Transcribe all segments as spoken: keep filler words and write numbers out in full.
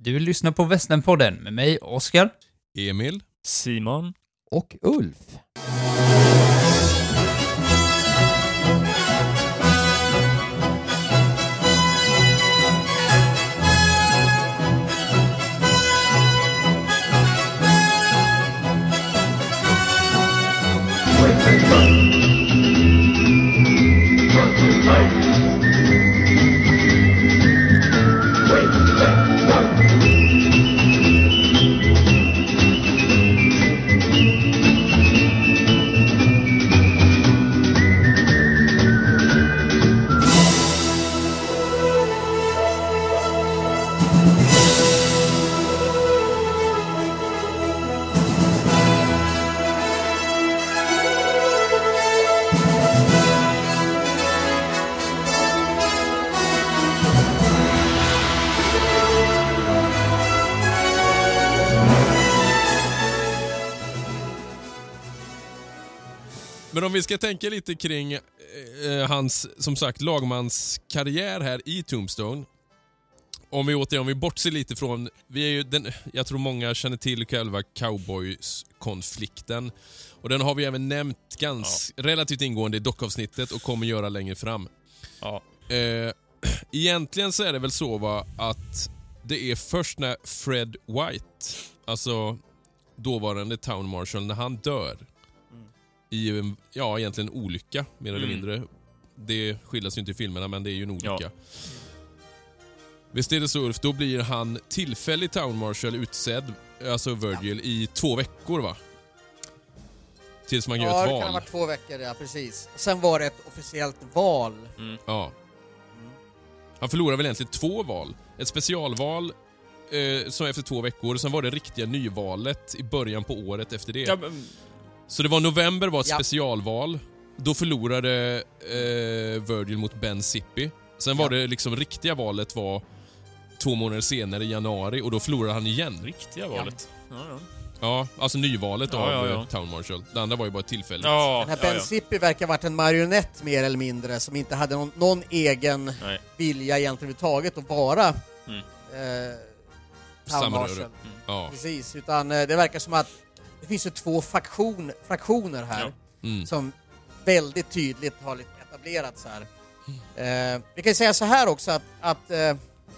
Du lyssnar på Västernpodden med mig, Oskar, Emil, Simon och Ulf. Men om vi ska tänka lite kring eh, hans, som sagt, lagmans karriär här i Tombstone. Om vi återigen, om vi bortser lite från, vi är ju den, jag tror många känner till själva Cowboys-konflikten. Och den har vi även nämnt ganska ja. relativt ingående i dockavsnittet och kommer göra längre fram. Ja. Eh, egentligen så är det väl så va, att det är först när Fred White, alltså dåvarande town marshal, när han dör i en, ja, egentligen en olycka, mer eller Mm. mindre. Det skildras ju inte i filmerna, men det är ju en olycka. Ja. Visst är det så, Ulf, då blir han tillfällig town marshal utsedd, alltså Virgil, ja. i två veckor, va? Tills man ja, gör ett val. Ja, val. det kan ha varit två veckor, ja, precis. Sen var det ett officiellt val. Mm. Ja. Mm. Han förlorade väl egentligen två val. Ett specialval eh, som efter två veckor, sen var det riktiga nyvalet i början på året efter det. Ja, men... Så det var november var ett Ja. specialval. Då förlorade eh, Virgil mot Ben Sippy. Sen Ja. var det liksom riktiga valet var två månader senare i januari och då förlorade han igen. Riktiga valet. Ja, ja. Ja, alltså nyvalet Ja, av ja, ja. eh, town marshal. Det andra var ju bara tillfälligt. Ja, Den här ja, Ben ja. Sippy verkar ha varit en marionett mer eller mindre som inte hade någon, någon egen Nej. vilja egentligen överhuvudtaget att vara Mm. eh, town Samröre. marshal. Mm. Ja. Precis, utan eh, det verkar som att det finns ju två faktion, fraktioner här Mm. som väldigt tydligt har lite etablerats här. Eh, vi kan ju säga så här också att, att eh,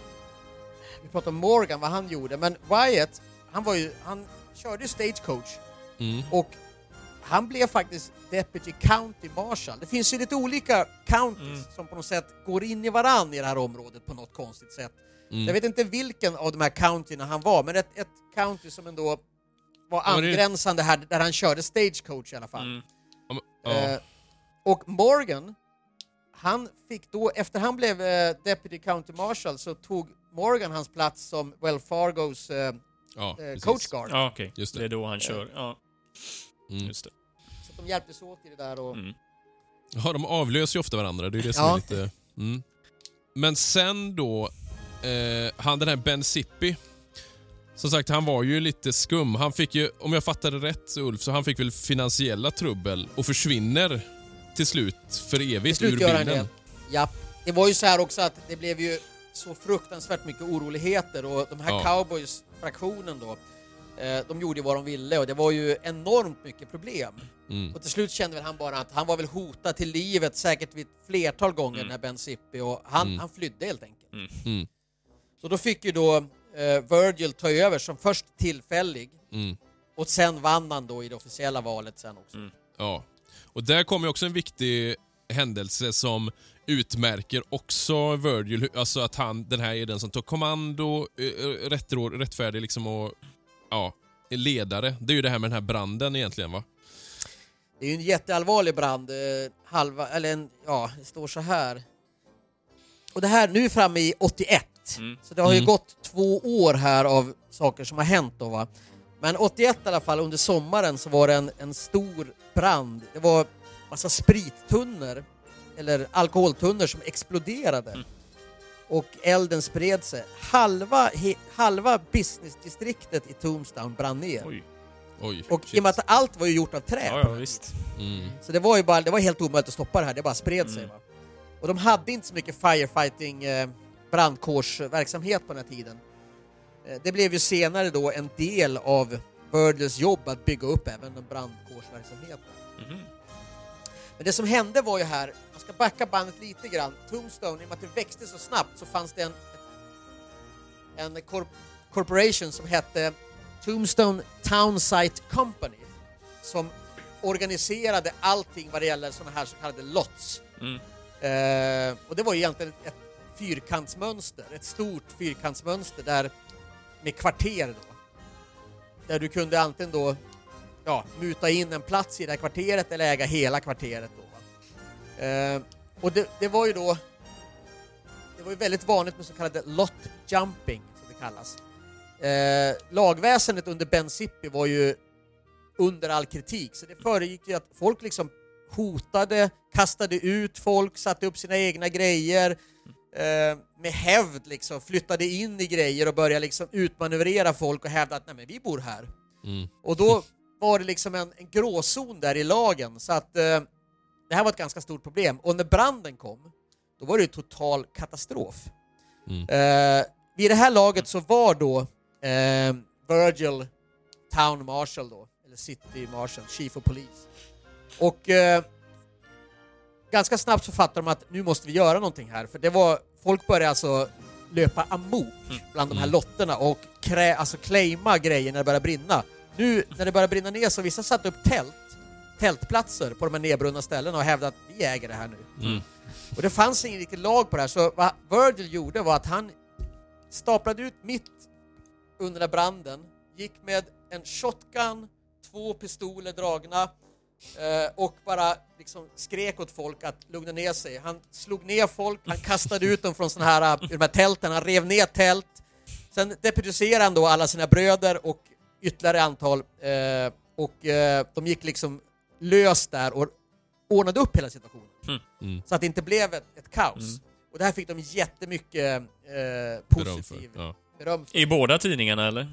vi pratar om Morgan, vad han gjorde, men Wyatt, han var ju, han körde ju stagecoach Mm. och han blev faktiskt deputy county marshal. Det finns ju lite olika counties Mm. som på något sätt går in i varann i det här området på något konstigt sätt. Mm. Jag vet inte vilken av de här countyna han var, men ett, ett county som ändå var Ja, det- angränsande här där han körde stagecoach i alla fall. Mm. Ja, men- ja. Eh, och Morgan, han fick då, efter han blev eh, deputy county marshal så tog Morgan hans plats som Wells Fargos eh, ja, eh, precis. coach guard. Ja, okej. Just det. Det är då han kör. Ja, Mm. just det. Så att de hjälptes åt i det där och... Mm. Ja, de avlöser ju ofta varandra. Det är det som Ja. är lite... Mm. Men sen då, eh, han den här Ben Sippy, som sagt, han var ju lite skum. Han fick ju, om jag fattade rätt, Ulf, så han fick väl finansiella trubbel och försvinner till slut för evigt Till slut ur gör han bilden. det. Ja, det var ju så här också att det blev ju så fruktansvärt mycket oroligheter och de här Ja. Cowboys-fraktionen då, eh, de gjorde vad de ville och det var ju enormt mycket problem. Mm. Och till slut kände väl han bara att han var väl hotad till livet säkert vid ett flertal gånger Mm. när Ben Sippy och han, Mm. han flydde helt enkelt. Mm. Mm. Så då fick ju då eh, Virgil ta över som först tillfällig Mm. och sen vann han då i det officiella valet sen också. Mm. Ja. Och där kommer också en viktig händelse som utmärker också Virgil, alltså att han, den här är den som tar kommando, eh, rättråd, rättfärdig liksom och ja, är ledare. Det är ju det här med den här branden egentligen, va? Det är ju en jätteallvarlig brand, eh, halva, eller en, ja, det står så här. Och det här, nu är vi framme i åttioett. Mm. Så det har ju Mm. gått två år här av saker som har hänt då, va. Men åttioett i alla fall, under sommaren så var det en, en stor brand. Det var massa sprittunnor, eller alkoholtunnor som exploderade. Mm. Och elden spred sig. Halva, he, halva businessdistriktet i Tombstone brann ner. Oj. Oj. Och shit. i och med att allt var ju gjort av trä. Ja, på ja, den här visst. tiden. Mm. Så det var ju bara, det var helt omöjligt att stoppa det här, det bara spred sig. Mm. Va? Och de hade inte så mycket firefighting eh, brandkårsverksamhet på den här tiden. Eh, det blev ju senare då en del av Virgils jobb att bygga upp även en brandkårsverksamhet. Mhm. Men det som hände var ju här, man ska backa bandet lite grann, Tombstone, i och med att det växte så snabbt så fanns det en, en corp- corporation som hette Tombstone Townsite Company som organiserade allting vad det gäller sådana här så kallade lots. Mm. Eh, och det var ju egentligen ett fyrkantsmönster, ett stort fyrkantsmönster där med kvarter då. Där du kunde antingen då ja, muta in en plats i det här kvarteret eller äga hela kvarteret då. Eh, och det, det var ju då det var ju väldigt vanligt med så kallade lot jumping som det kallas. Eh, lagväsendet under Ben Zippy var ju under all kritik, så det föregick ju att folk liksom hotade, kastade ut folk, satte upp sina egna grejer eh, med hävd liksom, flyttade in i grejer och började liksom utmanövrera folk och hävda att nej men vi bor här. Mm. Och då var det liksom en, en gråzon där i lagen, så att eh, det här var ett ganska stort problem. Och när branden kom, då var det ju total katastrof. Mm. Eh, vid det här laget så var då eh, Virgil Town Marshal då, eller City Marshal, Chief of Police. Och eh, ganska snabbt så fattade de att nu måste vi göra någonting här, för det var, folk började alltså löpa amok bland de här Mm. lotterna och krä, alltså claima grejer när det började brinna. Nu när det började brinna ner så vissa satte upp tält, tältplatser på de här nedbrunna ställena och hävdade att vi äger det här nu. Mm. Och det fanns ingen riktig lag på det här, så vad Virgil gjorde var att han staplade ut mitt under den branden, gick med en shotgun, två pistoler dragna eh, och bara liksom skrek åt folk att lugna ner sig. Han slog ner folk, han kastade ut dem från såna här, ur de här tälten, han rev ner tält. Sen deputiserade han då alla sina bröder och ytterligare antal eh, och eh, de gick liksom löst där och ordnade upp hela situationen. Mm. Så att det inte blev ett, ett kaos. Mm. Och det här fick de jättemycket eh, Beröm positiv för. Ja. beröm för. I båda tidningarna, eller?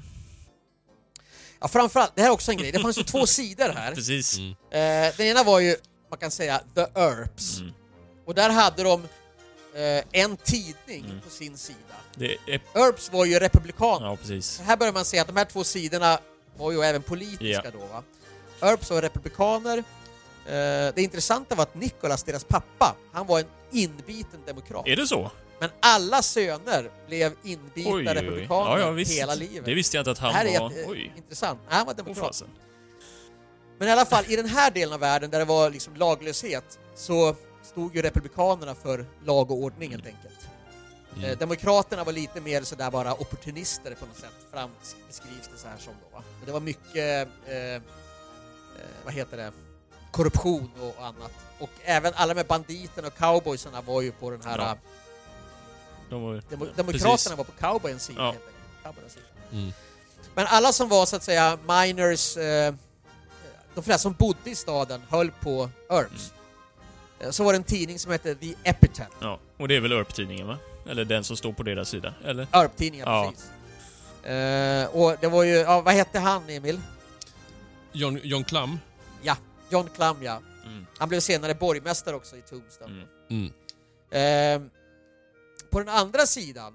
Ja, framförallt, det här är också en grej. Det fanns ju två sidor här. Precis. Mm. Eh, den ena var ju, man kan säga, The Earps. Mm. Och där hade de eh, en tidning Mm. på sin sida. Det är... Earps var ju republikaner. Ja, precis. Så här börjar man se att de här två sidorna var ju även politiska Ja. då, va? Earps var republikaner. Eh, det intressanta var att Nicholas, deras pappa, han var en inbiten demokrat. Är det så? Men alla söner blev inbitna Oj, oj, oj. republikaner Ja, ja, visst. hela livet. Det visste jag inte att Det han här är var. jätte- Oj. intressant. Nej, han var Åh, demokrat. fasen. Men i alla fall, i den här delen av världen där det var liksom laglöshet så stod ju republikanerna för lag och ordning helt enkelt. Mm. Eh, demokraterna var lite mer sådär bara opportunister på något sätt, fram beskrivs det så här som då, va? Och det var mycket eh, eh, vad heter det, korruption och, och annat. Och även alla med banditerna och cowboysarna var ju på den här Ja. De var... demo, demokraterna var på cowboyens sida Ja. helt enkelt. Cowboyens sida. Mm. Men alla som var så att säga miners, eh, de flesta som bodde i staden höll på Earps. Eh, Så var det en tidning som hette The Epitaph. Ja, och det är väl Earp-tidningen, va? Eller den som står på deras sida, eller? Earp-tidningen, Ja. precis. Eh, och det var ju, ja, vad hette han, Emil? John, John Clum. Ja, John Clum, ja. Mm. Han blev senare borgmästare också i Tombstone. Mm. Mm. Eh, på den andra sidan,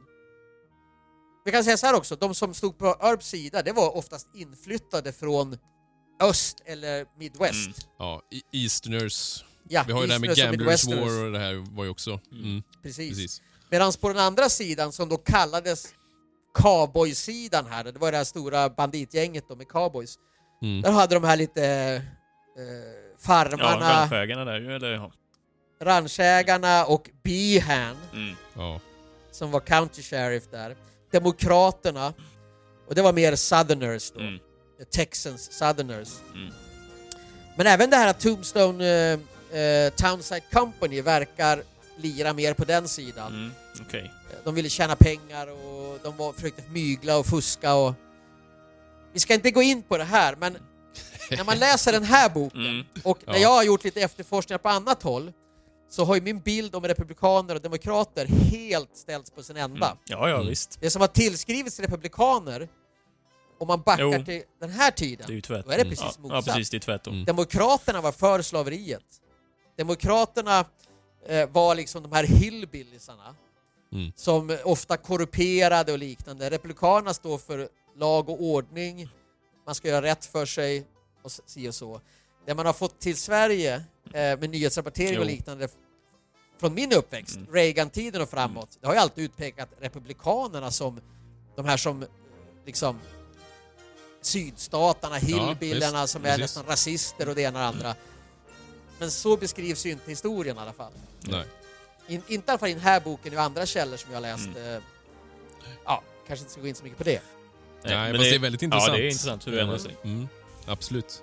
vi kan säga så här också, de som stod på Earps sida, det var oftast inflyttade från öst eller Midwest. Mm. Ja, E- Easterners. Ja, Vi har ju det här med Easterners och Gamblers Midwesterners. War och det här var ju också. Mm. Precis. Precis. Medan på den andra sidan, som då kallades cowboy-sidan här, det var det här stora banditgänget då med cowboys, Mm. där hade de här lite eh, Ja, farmarna, ranchägarna där ju, eller? Ja. ranchägarna och Behan, Mm. Ja. som var county sheriff där, demokraterna, och det var mer southerners då, Mm. Texans southerners. Mm. Men även det här att Tombstone eh, eh, Townsite Company verkar lira mer på den sidan. Mm. Okej. De ville tjäna pengar och de var, försökte mygla och fuska och... Vi ska inte gå in på det här, men när man läser den här boken Mm. och när Ja. jag har gjort lite efterforskningar på annat håll, så har ju min bild om republikaner och demokrater helt ställts på sin ända. Mm. Ja, ja, Mm. visst. Det som har tillskrivits till republikaner, om man backar Jo. till den här tiden, Det är ju tvärt. då är det Mm. precis Ja, motsatt. ja, precis. Det är tvärtom. Mm. Demokraterna var för slaveriet. Demokraterna eh, var liksom de här hillbillisarna Mm. som ofta korrumperade och liknande. Republikanerna står för lag och ordning, man ska göra rätt för sig och si och så. Det man har fått till Sverige eh, med nyhetsrapportering Jo. och liknande från min uppväxt, Mm. Reagan-tiden och framåt, det har ju alltid utpekat republikanerna som de här som liksom sydstaterna, hillbillarna visst, som är precis. nästan rasister och det ena och det andra. Men så beskrivs ju inte historien i alla fall. Nej. In, inte i alla fall i den här boken och andra källor som jag har läst. Mm. Eh, ja, kanske inte ska gå in så mycket på det. Nej, men fast det är väldigt intressant. Ja, det är intressant hur det ändrar sig. Mm. Absolut.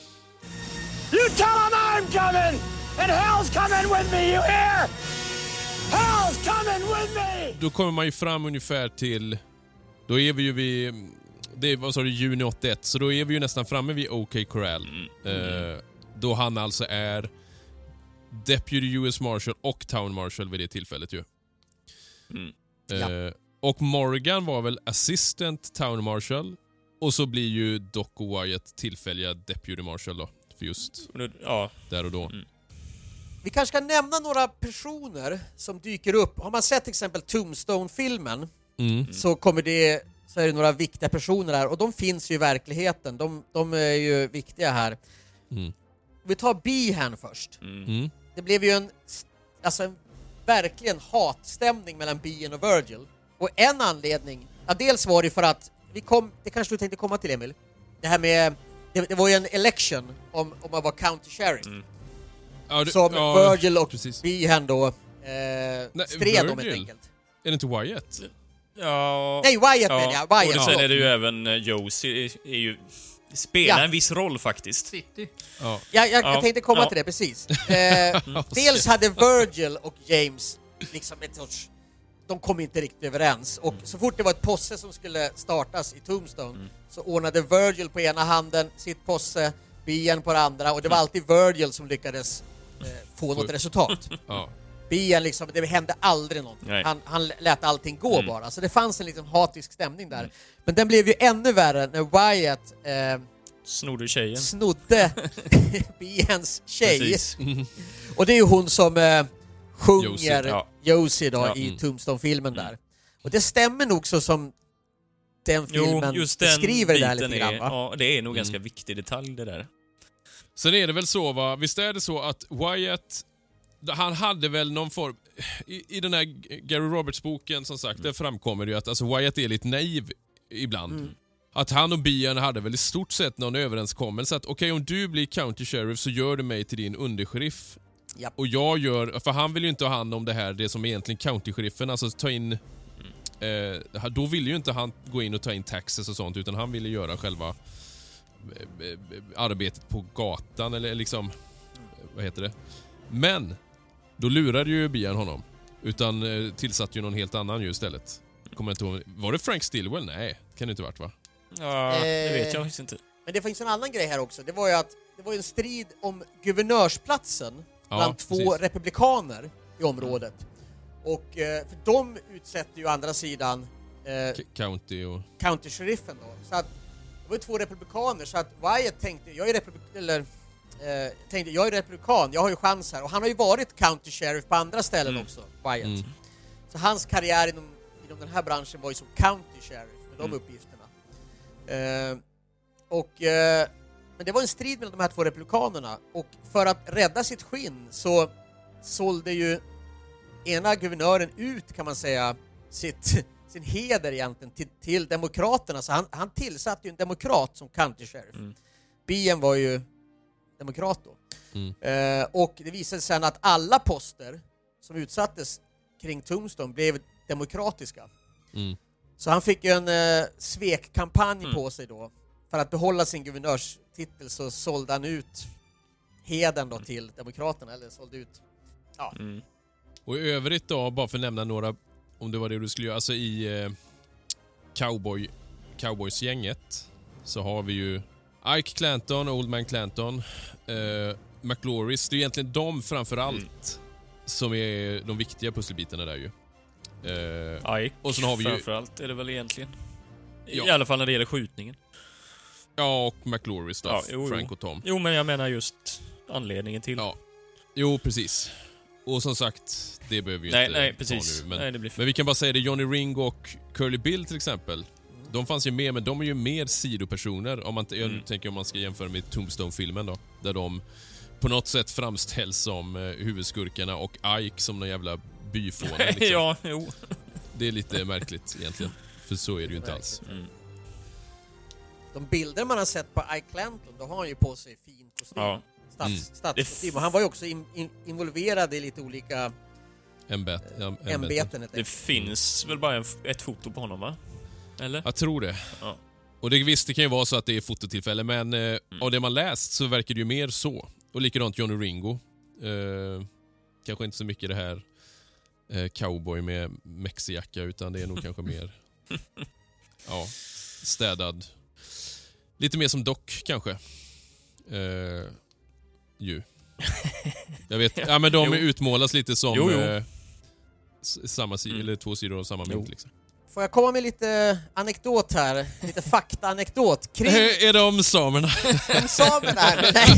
You tell him I'm coming, and hell's coming with me, you hear? Hell's coming with me! Då kommer man ju fram ungefär till... Då är vi ju vid... Det är, vad sa du, juni åttioett. Så då är vi ju nästan framme vid O K. Corral. Mm. Eh, då han alltså är Deputy U S Marshal och Town Marshal vid det tillfället ju. Mm. Eh, och Morgan var väl Assistant Town Marshal. Och så blir ju Doc Wyatt tillfälliga Deputy Marshal då. För just Och det- Ja, där och då. Mm. Vi kanske ska nämna några personer som dyker upp. Har man sett till exempel Tombstone-filmen Mm. så kommer det, så är det några viktiga personer här och de finns ju i verkligheten. De, de är ju viktiga här. Mm. Vi tar Behan först. mm. Mm. Det blev ju en, alltså en verkligen hatstämning mellan Behan och Virgil. Och en anledning, ja, dels var det för att vi kom, det kanske du tänkte komma till, Emil. Det här med, det, det var ju en election om, om man var county sheriff. Mm. Ja, det, Som ja, Virgil och precis. Behan då eh, stred om helt Virgil? enkelt. Är det inte Wyatt? Ja, Nej, Wyatt ja. menar jag. Wyatt. Och sen Ja. är det ju även eh, Josie är ju, spelar Ja. en viss roll faktiskt. City. Ja. Jag, jag, Ja. jag tänkte komma Ja. till det, precis. Eh, dels hade Virgil och James liksom ett sorts... De kom inte riktigt överens. Och så fort det var ett posse som skulle startas i Tombstone Mm. så ordnade Virgil på ena handen sitt posse, Behan på den andra. Och det var alltid Virgil som lyckades eh, få något resultat. Ja. Behan liksom, det hände aldrig någonting. Nej. Han, han lät allting gå Mm. bara. Så det fanns en liksom hatisk stämning där. Men den blev ju ännu värre när Wyatt eh, Snodde tjejen. snodde Behans tjej. Precis. Och det är ju hon som eh, sjunger Josie, ja. Josie då Ja. i Mm. Tombstone-filmen där. Och det stämmer nog så som den Jo, filmen just den beskriver det här biten lite grann, är, va? ja, det är nog Mm. ganska viktig detalj det där. Sen är det väl så, va? Visst är det så att Wyatt, han hade väl någon form... I, i den här Gary Roberts-boken, som sagt, där framkommer det ju att alltså, Wyatt är lite naiv ibland. Mm. Att han och Behan hade väl i stort sett någon överenskommelse att okej, okay, om du blir county sheriff så gör du mig till din undersheriff. Japp. Och jag gör... För han vill ju inte ha hand om det här, det som egentligen county-sheriffen, alltså ta in... Eh, då vill ju inte han gå in och ta in taxes och sånt, utan han ville göra själva eh, eh, arbetet på gatan, eller liksom... Vad heter det? Men då lurade ju Behan honom. Utan eh, tillsatte ju någon helt annan ju istället. Kommer jag inte ihåg. Var det Frank Stillwell? Nej, det kan det inte varit, va? Ja, det Eh. vet jag faktiskt inte. Men det finns en annan grej här också. Det var ju att det var ju en strid om guvernörsplatsen Ja, bland två precis. republikaner i området. Och eh, för de utsätter ju andra sidan eh, K- county och... county-sheriffen då. Så att det var ju två republikaner, så att Wyatt tänkte, jag är republik- eller eh, tänkte, jag är republikan, jag har ju chans här. Och han har ju varit county-sheriff på andra ställen Mm. också, Wyatt. Mm. Så hans karriär inom, inom den här branschen var ju som county-sheriff med de Mm. uppgifterna. Eh, och, eh, men det var en strid mellan de här två republikanerna, och för att rädda sitt skinn så sålde ju ena guvernören ut, kan man säga, sitt, sin heder egentligen till, till demokraterna. Så han, han tillsatte ju en demokrat som county sheriff. Mm. Behan var ju demokrat då. Mm. Eh, och det visade sig sen att alla poster som utsattes kring Tombstone blev demokratiska. Mm. Så han fick ju en eh, svekkampanj Mm. på sig då. För att behålla sin guvernörstitel så sålde han ut heden då till demokraterna, eller sålde ut. Mm. Och i övrigt då, bara för att nämna några, om det var det du skulle göra, alltså i eh, cowboy, cowboys-gänget så har vi ju Ike Clanton, Old Man Clanton, eh, McLauris. Det är egentligen de framför allt Mm. som är de viktiga pusselbitarna där ju. Eh, Ike, Och sen har vi ju- framförallt är det väl egentligen. I Ja. alla fall när det gäller skjutningen. ja, och McLauris då, Ja, jo, Frank jo. och Tom. Jo, men jag menar just anledningen till. Ja. Jo, precis. Och som sagt, det behöver vi Nej, inte nej, ta precis. nu. Men, Nej, det blir för... men vi kan bara säga det, Johnny Ringo och Curly Bill till exempel. De fanns ju med, men de är ju mer sidopersoner. Om man, jag Mm. tänker om man ska jämföra med Tombstone-filmen då. Där de på något sätt framställs som eh, huvudskurkarna och Ike som någon jävla byfåne. Liksom. Ja, jo. Det är lite märkligt egentligen. För så är det ju inte alls. Mm. De bilder man har sett på Ike Clanton, då har han ju på sig fin kostym. Ja. Stats, Mm. Statskostym. Och han var ju också in, in, involverad i lite olika Embet, ja, embeten. ämbeten. ett Det finns väl bara en, ett foto på honom, va? Eller? Jag tror det. Ja. Och det, visst, det kan ju vara så att det är fototillfälle, men eh, mm. av det man läst så verkar det ju mer så. Och likadant Johnny Ringo. Eh, kanske inte så mycket det här eh, cowboy med mexijacka, utan det är nog kanske mer ja, städad. Lite mer som Doc kanske. Eh, ju. Jag vet, ja men de utmålas lite som Jo, jo. Eh, s- samma si- Mm. eller två sidor av samma mynt liksom. Får jag komma med lite anekdot här? Lite fakta-anekdot kring Är de samerna? om samerna här. Nej.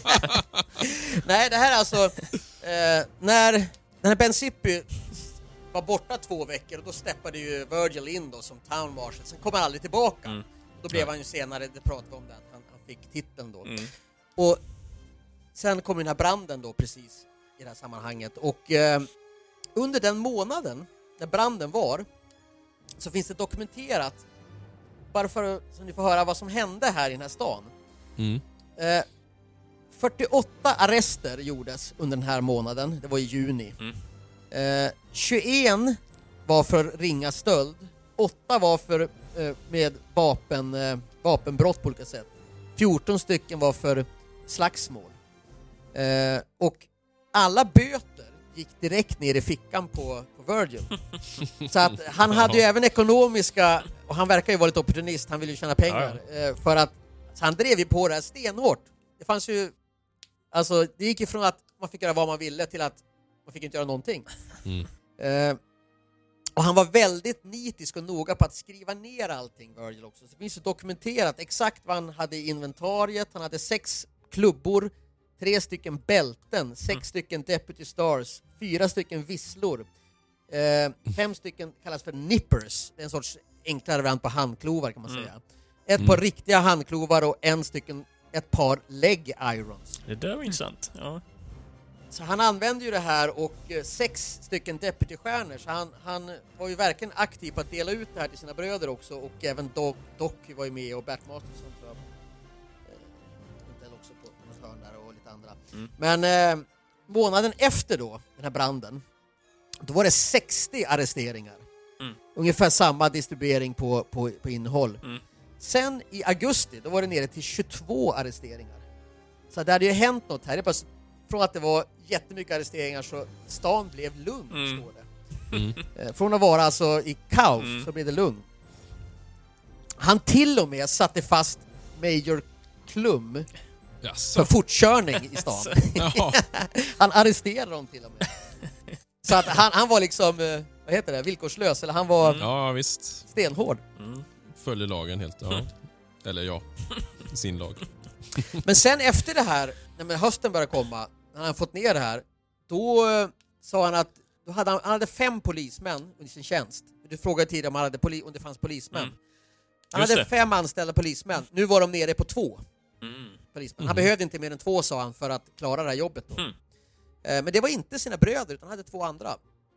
Nej, det här är alltså eh, när, när Ben Zippy var borta två veckor och då steppade ju Virgil in då som town marshal. Sen kom han aldrig tillbaka. Mm. Då blev han ju senare, det pratade om det, att han, han fick titeln då. Mm. Och sen kom den här branden då precis i det här sammanhanget. Och eh, under den månaden när branden var så finns det dokumenterat, bara för så ni får höra vad som hände här i den här stan. Mm. Eh, fyrtioåtta arrester gjordes under den här månaden, det var i juni. Mm. Eh, tjugoett var för ringa stöld, åtta var för eh, med vapen, eh, vapenbrott på olika sätt. fjorton stycken var för slagsmål. Eh, och alla böter gick direkt ner i fickan på, på Virgil. Så att han hade ju även ekonomiska, och han verkar ju vara lite opportunist, han ville ju tjäna pengar. Eh, för att så han drev ju på det här stenhårt. Det fanns ju, alltså det gick ifrån att man fick göra vad man ville till att man fick inte göra någonting. Mm. Eh, och han var väldigt nitisk och noga på att skriva ner allting, Virgil också. Så det finns ju dokumenterat exakt vad han hade i inventariet. Han hade sex klubbor, tre stycken bälten, sex Mm. stycken Deputy Stars, fyra stycken visslor, eh, fem stycken kallas för nippers. Det är en sorts enklare variant på handklovar kan man Mm. säga. Ett Mm. par riktiga handklovar och en stycken, ett par leg irons. Det där var intressant. Ja. Så han använde ju det här och eh, sex stycken deputy-stjärnor. Så han, han var ju verkligen aktiv på att dela ut det här till sina bröder också. Och även Doc, Doc var ju med och Bert Masterson tror jag. Eh, också på något hörn där och lite andra. Mm. Men eh, månaden efter då, den här branden, då var det sextio arresteringar. Mm. Ungefär samma distribuering på, på, på innehåll. Mm. Sen i augusti, då var det nere till tjugotvå arresteringar. Så det hade ju hänt något här. Det är bara från att det var jättemycket arresteringar så stan blev lugn, Mm. står det. Mm. Eh, Från att vara alltså i kaos Mm. så blev det lugn. Han till och med satte fast Major Klum Jaså. för fortkörning i stan. Jaha. Han arresterade dem till och med. Så att han, han var liksom, eh, vad heter det, villkorslös. Eller han var Ja, visst. stenhård. Mm. Följer lagen helt. Ja. Eller ja, sin lag. Men sen efter det här, när hösten började komma, när han fått ner det här, då eh, sa han att då hade han, han hade fem polismän under sin tjänst. Du frågade tidigare om, han hade poli, om det fanns polismän. Mm. Han Just hade det. fem anställda polismän. Nu var de nere på två Mm. polismän. Han behövde inte mer än två, sa han, för att klara det här jobbet då. Mm. Eh, Men det var inte sina bröder, utan han hade två andra.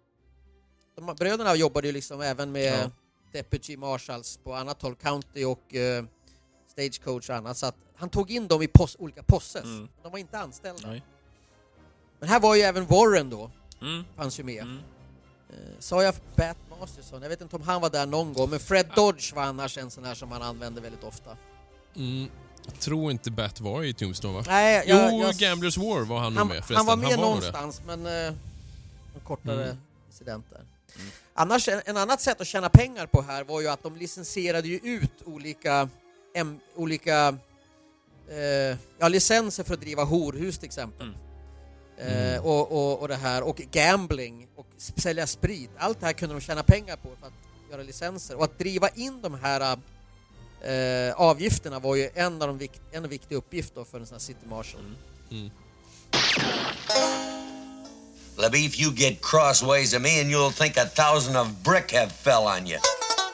De här bröderna jobbade ju liksom även med Ja. deputy marshals på annat håll, county och eh, stagecoach och annat. Så att han tog in dem i pos- olika posses. Mm. De var inte anställda. Nej. Men här var ju även Warren då, Mm. fanns ju med. Mm. Eh, sa jag Bat Masterson? Jag vet inte om han var där någon gång, men Fred Dodge var annars en sån här som han använde väldigt ofta. Mm. Jag tror inte Bat var i Tombstone, va? Nej, Jo, jag, jag, Gamblers War var han, han, nog med förresten. han var med nog det. någonstans, men eh, en kortare Mm. incident där. Mm. Annars, en, en annat sätt att tjäna pengar på här var ju att de licensierade ju ut olika, em, olika eh, ja, licenser för att driva horhus till exempel. Mm. Eh, Mm. och, och, och det här, och gambling och s- sälja sprit. Allt det här kunde de tjäna pengar på för att göra licenser. Och att driva in de här eh, avgifterna var ju en av de vikt, en viktig uppgift då för en sån här city marshal. Mm. Libby, if you get crossways of me and you'll think a thousand of brick have fell on you.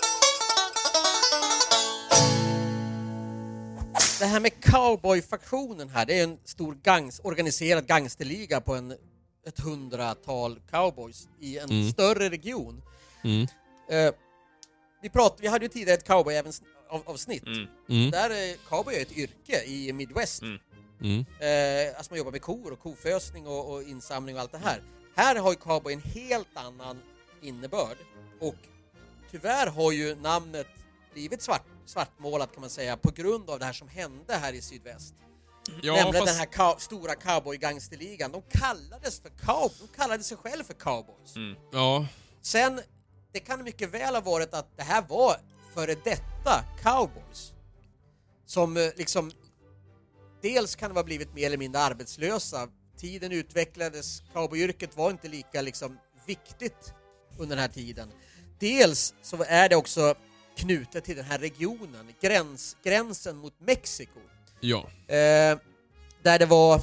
Det här med cowboy-faktionen här, det är en stor gangs, organiserad gangsterliga på en, ett hundratal cowboys i en Mm. större region. Mm. Eh, vi, pratade, vi hade ju tidigare ett cowboy-avsnitt. Mm. Mm. Där är cowboy är ett yrke i Midwest. Mm. Mm. Eh, alltså man jobbar med kor och kofösning och, och insamling och allt det här. Här har ju cowboy en helt annan innebörd. Och tyvärr har ju namnet blivit svart, svartmålat kan man säga på grund av det här som hände här i sydväst. Ja, Nämligen fast... den här cow- stora cowboy-gangsterligan. De kallades för cow- de kallade sig själv för cowboys. Mm. Ja. Sen, det kan mycket väl ha varit att det här var före detta cowboys. Som eh, liksom, dels kan det ha blivit mer eller mindre arbetslösa. Tiden utvecklades, cowboyyrket var inte lika liksom viktigt under den här tiden. Dels så är det också knutet till den här regionen, gräns, gränsen mot Mexiko. Ja. Eh, där det var,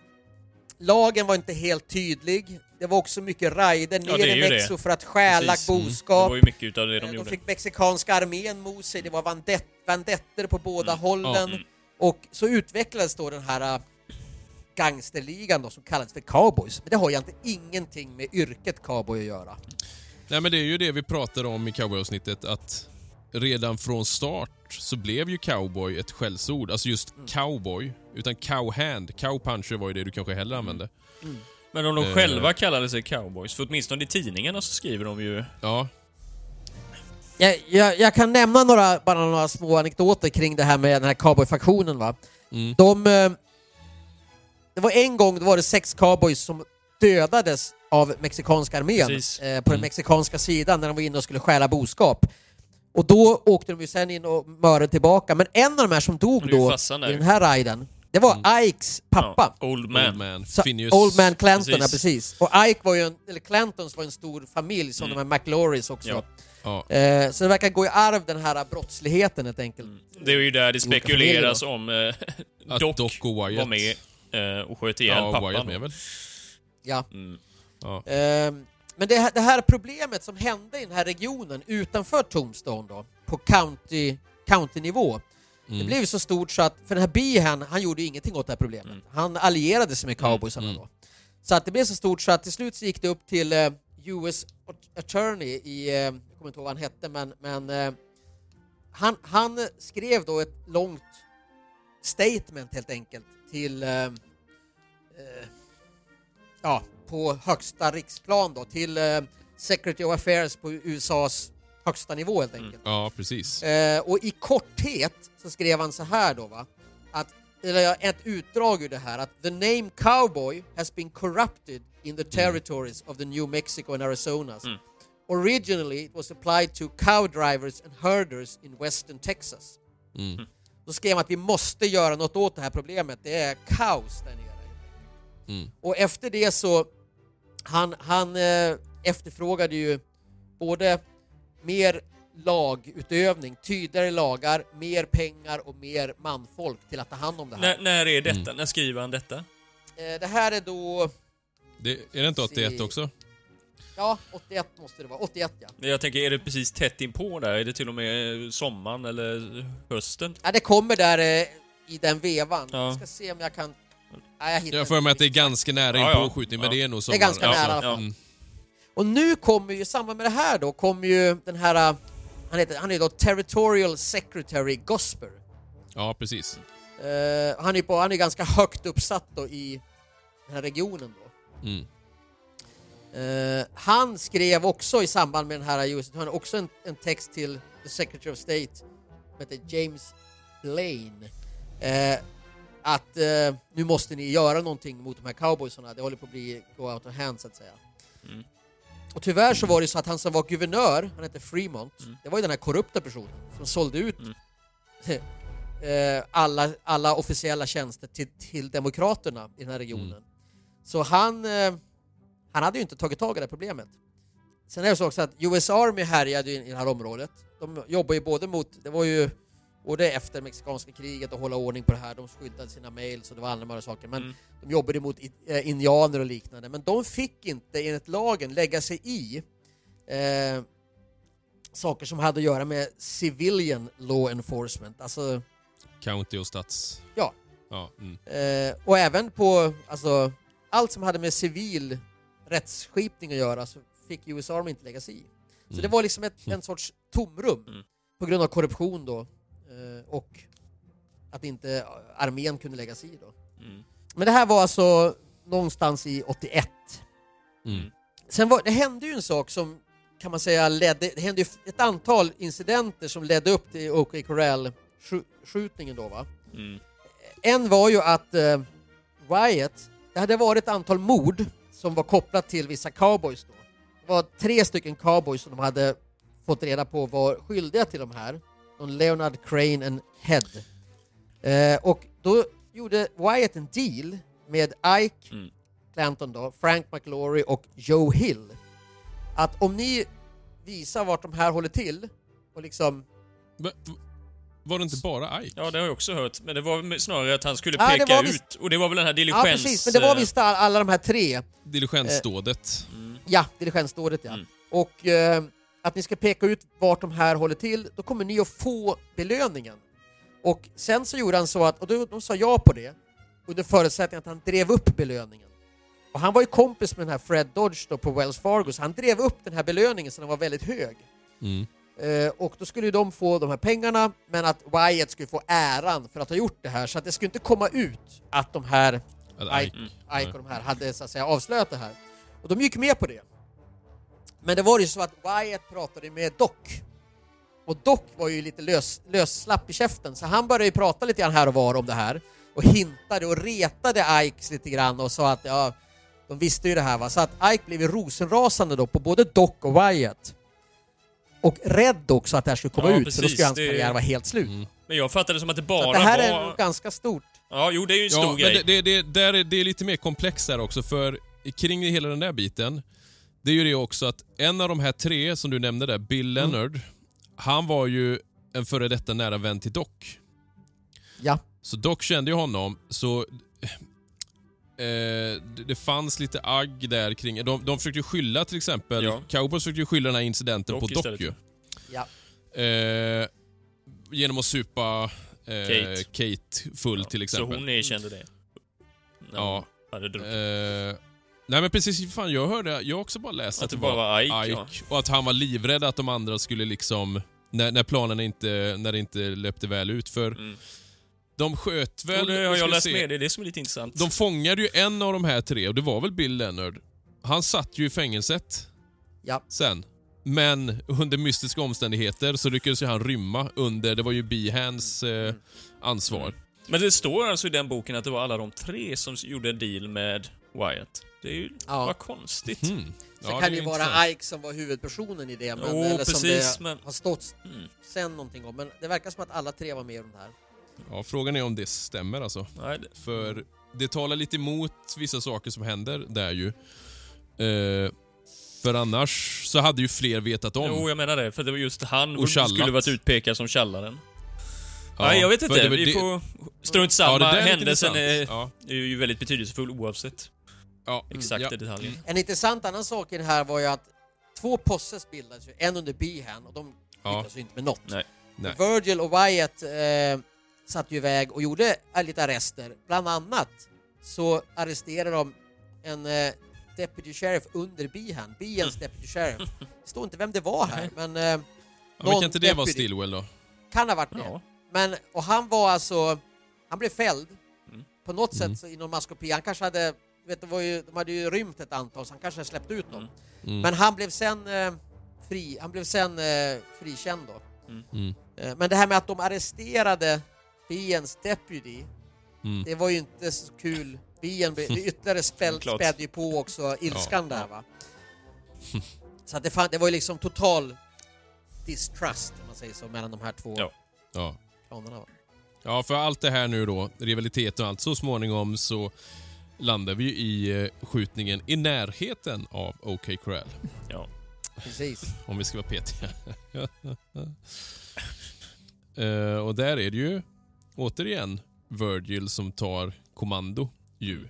lagen var inte helt tydlig. Det var också mycket raider ner Ja, det är i ju Mexiko det. för att stjäla Precis. Mm. boskap. Det var ju mycket utav det de Eh, de gjorde. fick mexikanska armén mot sig. Det var vandett, vandetter på båda Mm. hållen. Ja, mm. Och så utvecklades då den här uh, gangsterligan då, som kallades för cowboys. Men det har egentligen ingenting med yrket cowboy att göra. Nej, men det är ju det vi pratar om i cowboy-avsnittet, att redan från start så blev ju cowboy ett skällsord. Alltså just Mm. cowboy, utan cowhand. Cowpuncher var ju det du kanske hellre använde. Men om de Eh. själva kallade sig cowboys, för åtminstone i tidningarna så skriver de ju... Ja. Jag, jag, jag kan nämna några, bara några små anekdoter kring det här med den här cowboy-faktionen, va? Mm. De, eh, det var en gång, då var det sex cowboys som dödades av mexikanska armén Precis. eh, på den Mm. mexikanska sidan när de var inne och skulle stjäla boskap. Och då åkte de ju sen in och mördade tillbaka. Men en av de här som dog Det är ju då farsan i där. den här raiden, det var Ikes pappa. Ja, old man. Old man. Så, Phineas. Old Man Clanton, Precis. ja, precis. Och Ike var ju en, eller Clantons var en stor familj som Mm. de här McLaurys också. Ja. Ja. Eh, så det verkar gå i arv, den här brottsligheten helt enkelt. Det är ju där det olika spekuleras om eh, Att Doc, Doc och Wyatt var med eh, och sköt ihjäl Ja, och pappan. Wyatt med väl? Ja. Mm. Ja. Ehm, men det här, det här problemet som hände i den här regionen utanför Tombstone då, på county, county-nivå, det Mm. blev så stort så att, för den här Behan, han gjorde ju ingenting åt det här problemet. Mm. Han allierade sig med cowboysarna Mm. då. Så att det blev så stort så att till slut så gick det upp till eh, U S Attorney i, eh, jag kommer inte ihåg vad han hette, men, men eh, han, han skrev då ett långt statement helt enkelt till eh, eh, ja, på högsta riksplan då, till eh, Secretary of Affairs på U S A's högsta nivå helt enkelt. Ja, precis. Eh, och i korthet så skrev han så här då, va, att, eller ja, ett utdrag ur det här, att the name cowboy has been corrupted in the territories of the New Mexico and Arizonas. Mm. Originally it was applied to cow drivers and herders in western Texas. Mm. Då skrev han att vi måste göra något åt det här problemet. Det är kaos där nere. Mm. Och efter det så han, han eh, efterfrågade ju både mer lagutövning, tydligare lagar, mer pengar och mer manfolk till att ta hand om det här. När, när är detta? Mm. När skriver han detta? Eh, det här är då, Det, är det inte åttioett också? ja, åttioett måste det vara. åttioett, ja. Jag tänker, är det precis tätt inpå där? Är det till och med sommaren eller hösten? Ja, det kommer där eh, i den vevan. Ja. Jag ska se om jag kan... Nej, jag hittar Jag får inte för mig att det är riktigt. ganska nära Ja, in på ja. skjutning, men Ja. det är nog Det är sommar. ganska Ja, nära i ja, alla fall. Mm. Och nu kommer ju, i samband med det här då, kommer ju den här... uh, Han, heter, han är då Territorial Secretary Gosper. Ja, precis. Eh, han är på, han är ganska högt uppsatt då i den här regionen då. Mm. Eh, han skrev också i samband med den här U S han har också en, en text till the Secretary of State som heter James Blaine, eh, att eh, nu måste ni göra någonting mot de här cowboysarna. Det håller på att bli go out of hand så att säga. Mm. Och tyvärr så var det så att han som var guvernör, han hette Fremont, Mm. det var ju den här korrupta personen som sålde ut Mm. eh, alla, alla officiella tjänster till, till demokraterna i den här regionen. Mm. Så han, eh, han hade ju inte tagit tag i det här problemet. Sen är det så också att U S Army härjade i det här området. De jobbar ju både mot, det var ju både efter mexikanska kriget och hålla ordning på det här. De skyddade sina mails och det var andra saker. Men Mm. de jobbade mot eh, indianer och liknande. Men de fick inte enligt lagen lägga sig i eh, saker som hade att göra med civilian law enforcement. Alltså, County och stats. ja. Ja, mm. Eh, och även på alltså, allt som hade med civil rättsskipning att göra så fick U S Army inte lägga sig i. Så Mm. det var liksom ett, en sorts tomrum Mm. på grund av korruption då eh, och att inte armén kunde lägga sig i då. Mm. Men det här var alltså någonstans i åttioett. Mm. Sen var, det hände ju en sak som kan man säga ledde, det hände ju ett antal incidenter som ledde upp till O K Corral-skjutningen då va. Mm. En var ju att eh, Wyatt, det hade varit ett antal mord som var kopplat till vissa cowboys då. Det var tre stycken cowboys som de hade fått reda på var skyldiga till de här. De Leonard, Crane och Head. Eh, och då gjorde Wyatt en deal med Ike Mm. Clanton då, Frank McLaury och Joe Hill. Att om ni visar vart de här håller till och liksom... Men, var det inte bara Ike? Ja, det har jag också hört. Men det var snarare att han skulle Ja, det peka var ut. visst- Och det var väl den här Ja, diligens... precis, men det var eh, visst all- alla de här tre. Diligensdådet. Mm. Ja, diligensdådet ja. Mm. Och eh, att ni ska peka ut vart de här håller till, då kommer ni att få belöningen. Och sen så gjorde han så att, och då, de sa ja på det, under förutsättning att han drev upp belöningen. Och han var ju kompis med den här Fred Dodge då på Wells Fargo, så han drev upp den här belöningen så den var väldigt hög. Mm. Eh, och då skulle ju de få de här pengarna, men att Wyatt skulle få äran för att ha gjort det här, så att det skulle inte komma ut att de här Att Ike, Ike. Ike och de här hade så att säga avslöjat det här. Och de gick med på det. Men det var ju så att Wyatt pratade med Doc. Och Doc var ju lite lös, lösslapp i käften, så han började ju prata lite grann här och var om det här. Och hintade och retade Ike lite grann och sa att ja, de visste ju det här va. Så att Ike blev ju rosenrasande då på både Doc och Wyatt. Och rädd också att det här skulle komma Ja, ut, så då precis, skulle hans det- karriär vara helt slut. Mm. Men jag fattade som att det Så bara att det här var... är ganska stort. Ja, jo, det är ju en stor Ja, men grej. det, det, det, där är, det är lite mer komplext där också, för kring hela den där biten, det är ju det också att en av de här tre som du nämnde där, Bill Mm. Leonard, han var ju en före detta nära vän till Doc. Ja. Så Doc kände ju honom, så eh, det, det fanns lite agg där kring... De, de försökte ju skylla till exempel, Ja. Cowboys försökte ju skylla den här incidenten Doc på Doc istället. ju. Ja. Eh, genom att supa eh, Kate. Kate full Ja, till Så exempel. hon erkände det. När Ja. hon hade druckit. Eh, nej men precis, fan jag hörde, jag har också bara läst Att det bara var Ike, ja. och att han var livrädd att de andra skulle liksom, när, när planen inte, när det inte löpte väl ut, för Mm. de sköt väl... Och det har ska jag vi läst se, med, det är det som är lite intressant. De fångade ju en av de här tre och det var väl Bill Leonard. Han satt ju i fängelset Ja. sen. Men under mystiska omständigheter så lyckades ju han rymma under, det var ju Behans eh, ansvar. Men det står alltså i den boken att det var alla de tre som gjorde en deal med Wyatt. Det är ju... Ja. Vad konstigt. Mm. Sen Ja, kan det det är ju vara intressant. Ike som var huvudpersonen i det, men, Jo, eller som precis, det men- har stått Mm. sen någonting om. Men det verkar som att alla tre var med om det här. Ja, frågan är om det stämmer alltså. Nej, det... För det talar lite emot vissa saker som händer där ju. Eh, för annars så hade ju fler vetat om. Jo, jag menar det. För det var just han Och som tjallat. skulle varit utpekad som tjallaren. Ja, Nej, jag vet för inte. det var Vi det- får... Strunt Ja, samma. det där är lite Händelsen är, intressant. Ja, är ju väldigt betydelsefull oavsett ja, exakta ja. detaljer. En intressant annan sak i det här var ju att två posses bildades ju, en under Behan och de Ja. lyckades ju inte med något. Nej. Nej. Virgil och Wyatt eh, satt ju iväg och gjorde eh, lite arrester. Bland annat så arresterade de en eh, deputy sheriff under Behan, Behans deputy sheriff. Det står inte vem det var här, men eh, Ja, men kan inte det vara deputy. Stillwell då? Kan ha varit det. Ja. Men, och han var alltså, han blev fälld. Mm. På något Mm. sätt så inom maskopi. Han kanske hade, vet du, var ju, de hade ju rymt ett antal, så han kanske hade släppt ut dem. Mm. Mm. Men han blev sen eh, fri, han blev sen eh, frikänd då. Mm. Eh, men det här med att de arresterade Behans deputy, Mm. det var ju inte så kul. Behan blev- det ytterligare späl, Klart. spädde ju på också ilskan Ja. där va. Så att det, fan, det var ju liksom total distrust, om man säger så, mellan de här två Ja. Ja. klanerna va. Ja, för allt det här nu då, rivalitet och allt, så småningom så landar vi ju i eh, skjutningen i närheten av O K Corral. Ja. Precis. Om vi ska vara petiga. Uh, och där är det ju återigen Virgil som tar kommando ju.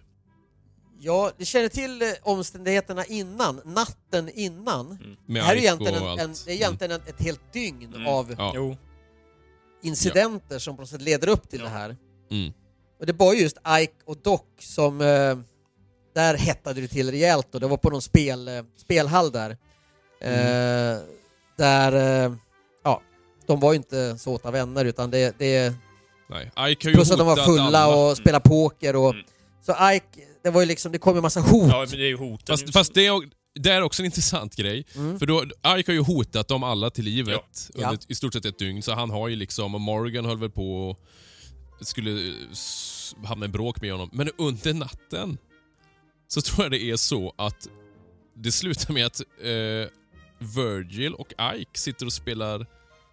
Ja, du känner till eh, omständigheterna innan, natten innan. Mm. Det Med här är Ike egentligen, och en, allt. en, det är egentligen en, ett helt dygn Mm. av Ja. Jo. incidenter som på något sätt leder upp till Ja. det här. Mm. Och det var just Ike och Doc som... Eh, där hettade det till rejält och det var på någon spel, eh, spelhall där. Eh, där... Eh, ja, de var ju inte så åta vänner utan det... det Nej, Ike har ju plus att de var hotat fulla alla. och spelade poker och... Mm. Så Ike, det var ju liksom... Det kom ju massa hot. Ja, men det är ju hoten. Fast, fast det, är, det är också en intressant grej. Mm. För då, Ike har ju hotat dem alla till livet Ja. under i stort sett ett dygn. Så han har ju liksom, och Morgan höll väl på och skulle s- hamna i bråk med honom. Men under natten så tror jag det är så att det slutar med att eh, Virgil och Ike sitter och spelar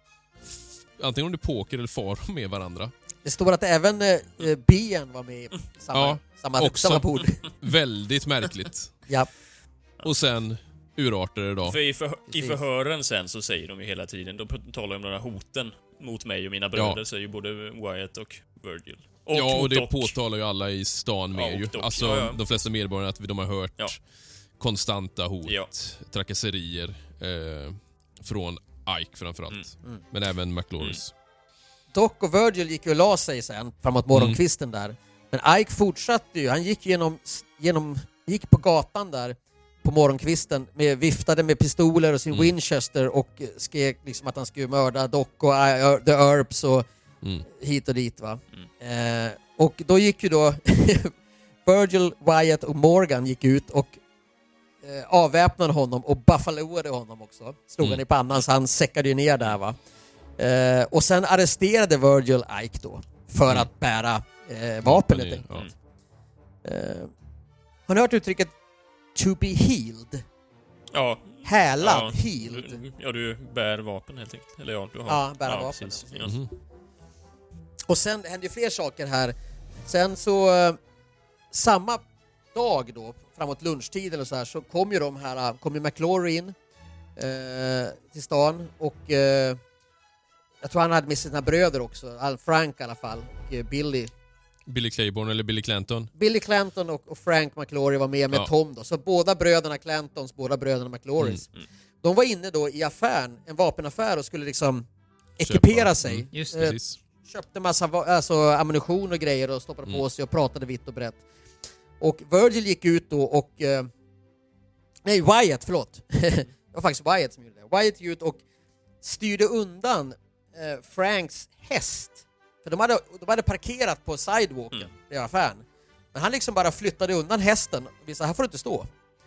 f- antingen om det är poker eller faro med varandra. Det står att även eh, Ben var med i samma, Ja, samma, också. samma bord. Väldigt märkligt. Ja. Och sen urartar det då. För i, för, i Precis. förhören sen så säger de ju hela tiden, de talar om de här hoten mot mig och mina bröder, Ja. säger ju både Wyatt och Virgil. Och Ja, och mot det Doc. påtalar ju alla i stan med Ja, och ju. Doc, Alltså, ja, ja. de flesta medborgarna att de har hört Ja. konstanta hot, Ja. trakasserier eh, från Ike framförallt. Mm. Mm. Men även McLauris. Doc och Virgil gick ju och la sig sen framåt morgonkvisten där. Men Ike fortsatte ju. Han gick genom, genom gick på gatan där på morgonkvisten med, viftade med pistoler och sin Mm. Winchester och skrek liksom att han skulle mörda Doc och uh, The Earps och Mm. hit och dit va. Eh, och då gick ju då Virgil, Wyatt och Morgan gick ut och eh, avväpnade honom och buffaloade honom också. Slog Mm. han i pannan så han säckade ju ner där va. Eh, och sen arresterade Virgil Ike då för Mm. att bära eh, vapen helt enkelt. Ja. Eh, har ni hört uttrycket to be healed? Ja. Hälad, Ja. healed. Ja, du bär vapen helt enkelt. Eller ja, du har... Ja, bära vapen, precis. ja. Ja. Mhm. Och sen hände ju fler saker här. Sen så eh, samma dag då, framåt lunchtid eller så här, så kom ju de här, kom ju McLaurin in eh, till stan och eh, jag tror han hade med sina bröder också, Al Frank i alla fall, och eh, Billy. Billy Claiborne eller Billy Clanton. Billy Clanton och, och Frank McLaury var med med Ja. Tom då, så båda bröderna Clantons, båda bröderna McLaurys. Mm, mm. De var inne då i affären, en vapenaffär och skulle liksom ekipera Köpa. sig. Mm, Just Eh, det. Precis. köpte massa va- alltså, ammunition och grejer och stoppade Mm. på sig och pratade vitt och brett. Och Virgil gick ut då och... Eh, nej, Wyatt, förlåt. det var faktiskt Wyatt som gjorde det. Wyatt gick ut och styrde undan eh, Franks häst. För de hade, de hade parkerat på sidewalken Mm. i affären. Men han liksom bara flyttade undan hästen och visade, här får du inte stå.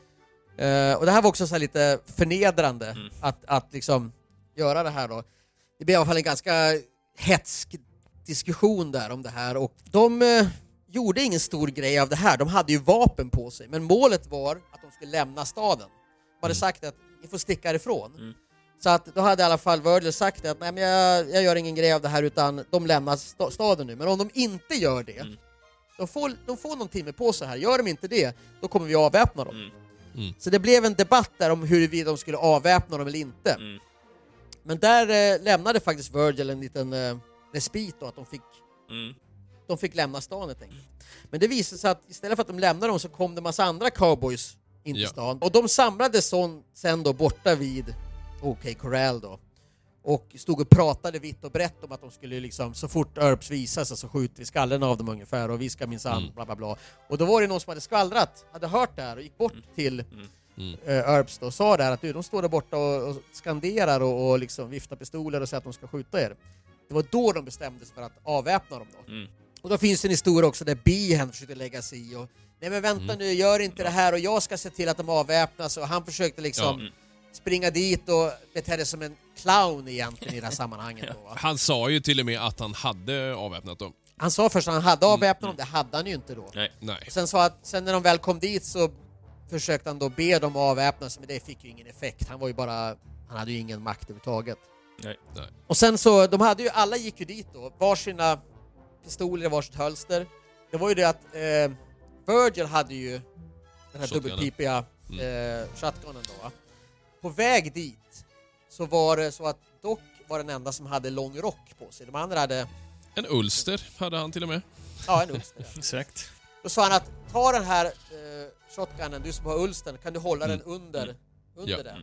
Eh, och det här var också så här lite förnedrande Mm. att, att liksom göra det här då. Det blev i alla fall en ganska hetsk diskussion där om det här och de eh, gjorde ingen stor grej av det här. De hade ju vapen på sig, men målet var att de skulle lämna staden. De hade Mm. sagt att ni får sticka ifrån. Mm. Så att då hade i alla fall Virgil sagt att nej, men jag, jag gör ingen grej av det här utan de lämnar sta- staden nu. Men om de inte gör det, Mm. de, får, de får någon timme på sig här. Gör de inte det, då kommer vi avväpna dem. Mm. Mm. Så det blev en debatt där om huruvida de skulle avväpna dem eller inte. Mm. Men där eh, lämnade faktiskt Virgil en liten eh, respit då, att de fick, Mm. de fick lämna stan helt enkelt. Men det visade sig att istället för att de lämnade dem så kom det massa andra cowboys in till Ja. stan. Och de samlades son, sen då borta vid O K Corral då. Och stod och pratade vitt och brett om att de skulle liksom, så fort Earps visar sig så skjuter vi skallen av dem ungefär och vi ska minsann Mm. bla bla bla. Och då var det någon som hade skvallrat, hade hört det här och gick bort till Mm. uh, Earps då och sa där att du, de står där borta och, och skanderar och, och liksom viftar pistoler och säger att de ska skjuta er. Det var då de bestämde sig för att avväpna dem då. Mm. Och då finns det en historia också där Behan försökte lägga sig i och nej men vänta Mm. nu, gör inte det här och jag ska se till att de avväpnas och han försökte liksom Ja. springa dit och betedde som en clown egentligen i det här sammanhanget då, va? Han sa ju till och med att han hade avväpnat dem. Han sa först att han hade avväpnat dem, det hade han ju inte då. Nej. Nej. Och sen sa att sen när de väl kom dit så försökte han då be dem avväpnas, men det fick ju ingen effekt. Han var ju bara, han hade ju ingen makt överhuvudtaget. Nej. Nej. Och sen så, de hade ju, alla gick ju dit då, varsina pistoler i varsitt hölster. Det var ju det att eh, Virgil hade ju den här Shotgunen. dubbelpipiga Mm. eh, shotgunen då, va? På väg dit så var det så att Doc var den enda som hade lång rock på sig. De andra hade... En ulster hade han till och med. Ja, en ulster. Ja. Exakt. Då sa han att ta den här eh, shotgunnen, du som har ulstern, kan du hålla Mm. den under, Mm. under Ja. den.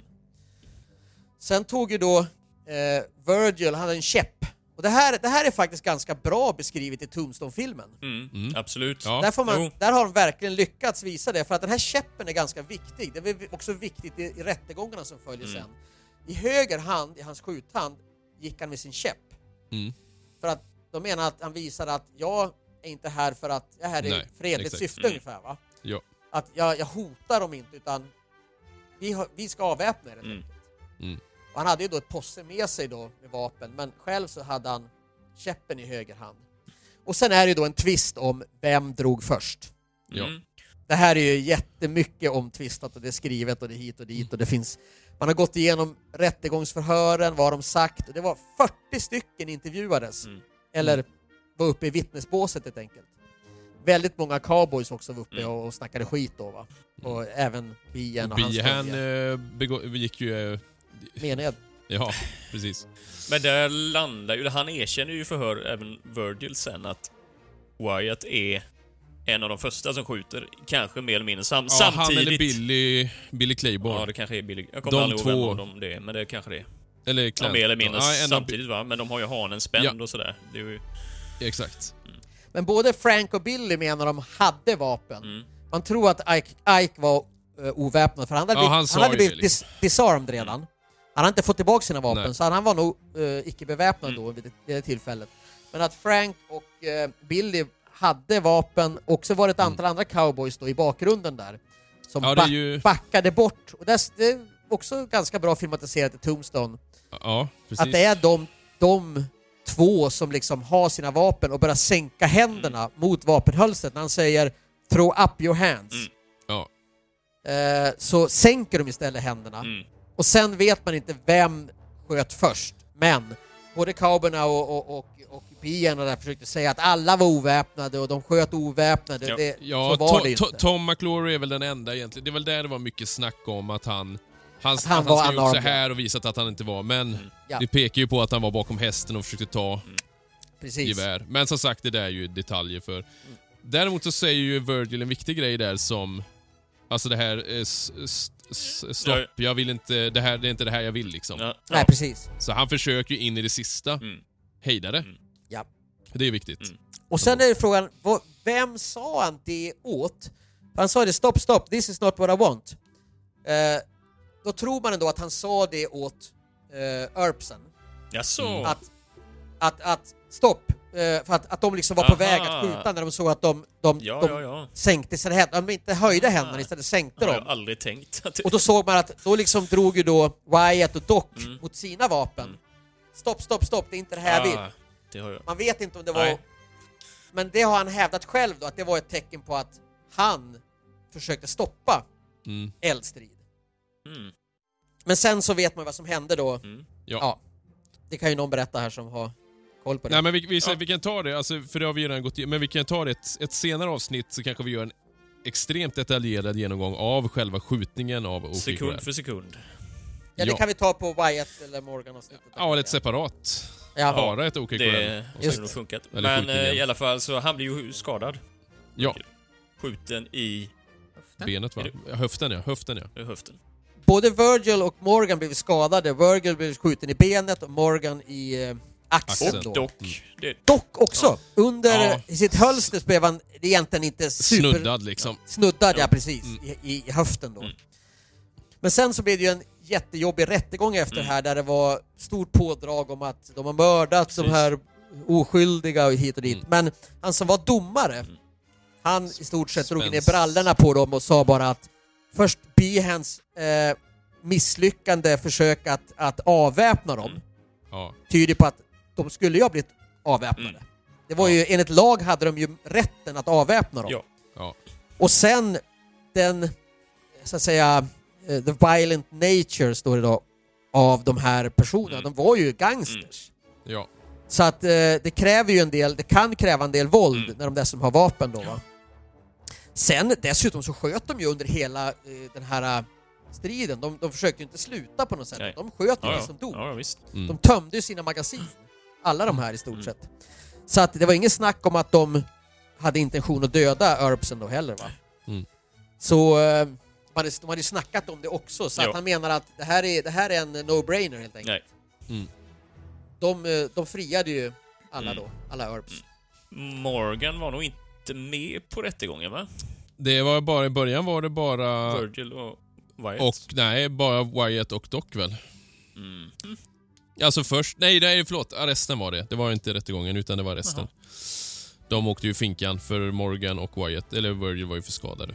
Sen tog ju då eh, Virgil, han hade en käpp. Och det här, det här är faktiskt ganska bra beskrivet i Tombstone-filmen. Mm. Mm. Absolut. Ja. Där, får man, Jo. där har de verkligen lyckats visa det, för att den här käppen är ganska viktig. Det är också viktigt i, i rättegångarna som följer Mm. sen. I höger hand, i hans skjuthand, gick han med sin käpp. Mm. För att de menar att han visar att jag är inte här för att jag är här i Nej, fredligt exakt. syfte Mm. ungefär, va? Ja. Att jag, jag hotar dem inte, utan vi, har, vi ska avväpna er helt Mm. enkelt. Mm. Och han hade ju då ett posse med sig då med vapen, men själv så hade han käppen i höger hand. Och sen är det ju då en twist om vem drog först. Ja. Mm. Det här är ju jättemycket omtvistat och det är skrivet och det är hit och dit och det finns... Man har gått igenom rättegångsförhören, vad de sagt, och det var fyrtio stycken intervjuades. Mm. Eller var uppe i vittnesbåset helt enkelt. Väldigt många cowboys också var uppe Mm. och snackade skit då, va? Och även Bien och, Och hans Bihan följe. eh, begå- gick ju... Eh, Mened. ja, precis. Men där landar ju, han erkänner ju förhör även Virgil sen att Wyatt är en av de första som skjuter, kanske mer eller mindre sam- Ja, samtidigt. han eller Billy, Billy Claiborne. Ja, det kanske är Billy. Jag kommer De aldrig ihåg två. vem av dem det är, men det kanske det är. Eller Ja, Clanton. mer eller mindre Ja, en av- samtidigt, va? Men de har ju hanen spänd Ja. och sådär. Det är ju... Exakt. Men både Frank och Billy menar de hade vapen. Mm. Man tror att Ike, Ike var uh, oväpnad, för han hade Ja, blivit, han sa han hade ju blivit det liksom. dis- disarmed redan. Han hade inte fått tillbaka sina vapen, Nej. så han var nog uh, icke-beväpnad Mm. då vid det, vid det tillfället. Men att Frank och uh, Billy hade vapen, och så var det ett antal andra cowboys då i bakgrunden där som Ja, det är back- ju- backade bort. Och det, det är också ganska bra filmatiserat i Tombstone. Ja, precis. Att det är de, de två som liksom har sina vapen och börjar sänka händerna Mm. mot vapenhölstret. När han säger throw up your hands. Mm. Ja. Eh, så sänker de istället händerna. Mm. Och sen vet man inte vem sköt först. Men både cowboyerna och, och, och, och bierna där försökte säga att alla var oväpnade och de sköt oväpnade. Ja. Det, Ja, så var To- det inte. To- Tom McClory är väl den enda egentligen. Det är väl där det var mycket snack om att han... Han, Att han att var han skulle gjort så unarmed. här och visat att han inte var, men Ja. det pekar ju på att han var bakom hästen och försökte ta Precis. gevär. Men som sagt, det där är ju detaljer för... Däremot så säger ju Virgil en viktig grej där som... Alltså det här... eh, s- s- s- Stopp, Ja. jag vill inte... Det här det är inte det här jag vill liksom. Ja. Nej, Ja. precis. Så han försöker ju in i det sista Mm. hejda det. Mm. Ja. Det är viktigt. Mm. Och sen är det frågan, vad, vem sa han det åt? Han sa det, stop, stop, this is not what I want. Eh, då tror man ändå att han sa det åt eh, Earpsen. Jaså? Mm. Att, att, att stopp, eh, för att, att de liksom var på Aha. väg att skjuta när de såg att de, de, Ja, de ja, ja. sänkte sina händer, de inte höjde händerna, istället sänkte Det har jag dem. aldrig tänkt. Att det... Och då såg man att då liksom drog ju då Wyatt och Doc Mm. mot sina vapen. Mm. Stopp, stopp, stopp, det är inte det här jag vill. Ah, det har jag. Man vet inte om det var... Nej. Men det har han hävdat själv då, att det var ett tecken på att han försökte stoppa Mm. eldstrid. Mm. Men sen så vet man vad som hände då. Mm. Ja. Ja. Det kan ju någon berätta här som har koll på det. Nej, men vi, vi, Ja. vi kan ta det, alltså, för det har vi redan gått igenom, men vi kan ta det ett, ett senare avsnitt, så kanske vi gör en extremt detaljerad genomgång av själva skjutningen av O K. Sekund för sekund. ja, det ja. kan vi ta på Wyatt eller Morgan och snittet. Ja, lite separat. Ja. Bara ett O K. Det Just skulle nog funkat. Eller Men skjutningen. eh, i alla fall så han blir ju skadad. Ja, Skjuten i benet va? Är Ja, höften ja, höften ja. i höften. Både Virgil och Morgan blev skadade. Virgil blev skjuten i benet och Morgan i eh, axeln Axeln. då. Och dock. Det, Dock också. Under Ja. i sitt hölster så blev han egentligen inte super... Snuddad liksom. Snuddad, ja, Ja. precis. Mm. I, i, I höften då. Mm. Men sen så blev det ju en jättejobbig rättegång efter Mm. det här, där det var stort pådrag om att de har mördat Precis. de här oskyldiga och hit och dit. Mm. Men han som var domare, han i stort sett drog ner Spänns. brallorna på dem och sa bara att först Behans eh, misslyckande försök att, att avväpna dem Mm. Ja. tyder på att de skulle ju ha blivit avväpnade. Mm. Det var ju, enligt lag hade de ju rätten att avväpna dem. Ja. Ja. Och sen den, så att säga, eh, the violent nature står det då, av de här personerna. Mm. De var ju gangsters. Ja. Så att eh, det kräver ju en del, det kan kräva en del våld Mm. när de dessutom har vapen då, va? Sen dessutom så sköt de ju under hela eh, den här striden. De, de försökte ju inte sluta på något sätt. Nej. De sköt ju Ja, det ja. som dog. Ja, ja, visst. Mm. De tömde ju sina magasin. Alla de här i stort Mm. sett. Så att det var ingen snack om att de hade intention att döda Erbsen då heller, va? Mm. Så eh, de hade, de hade ju snackat om det också. Så Ja. att han menar att det här är, det här är en no-brainer helt enkelt. Nej. Mm. De, eh, de friade ju alla Mm. då, alla Erbs. Morgan var nog inte med på rättegången, va? Det var bara, i början var det bara... Virgil och Wyatt. Och, nej, bara Wyatt och Doc väl. Mm. Alltså först, nej, nej förlåt, arresten var det. Det var inte rättegången utan det var arresten. Jaha. De åkte ju finkan för Morgan och Wyatt, eller Virgil var ju för skadade.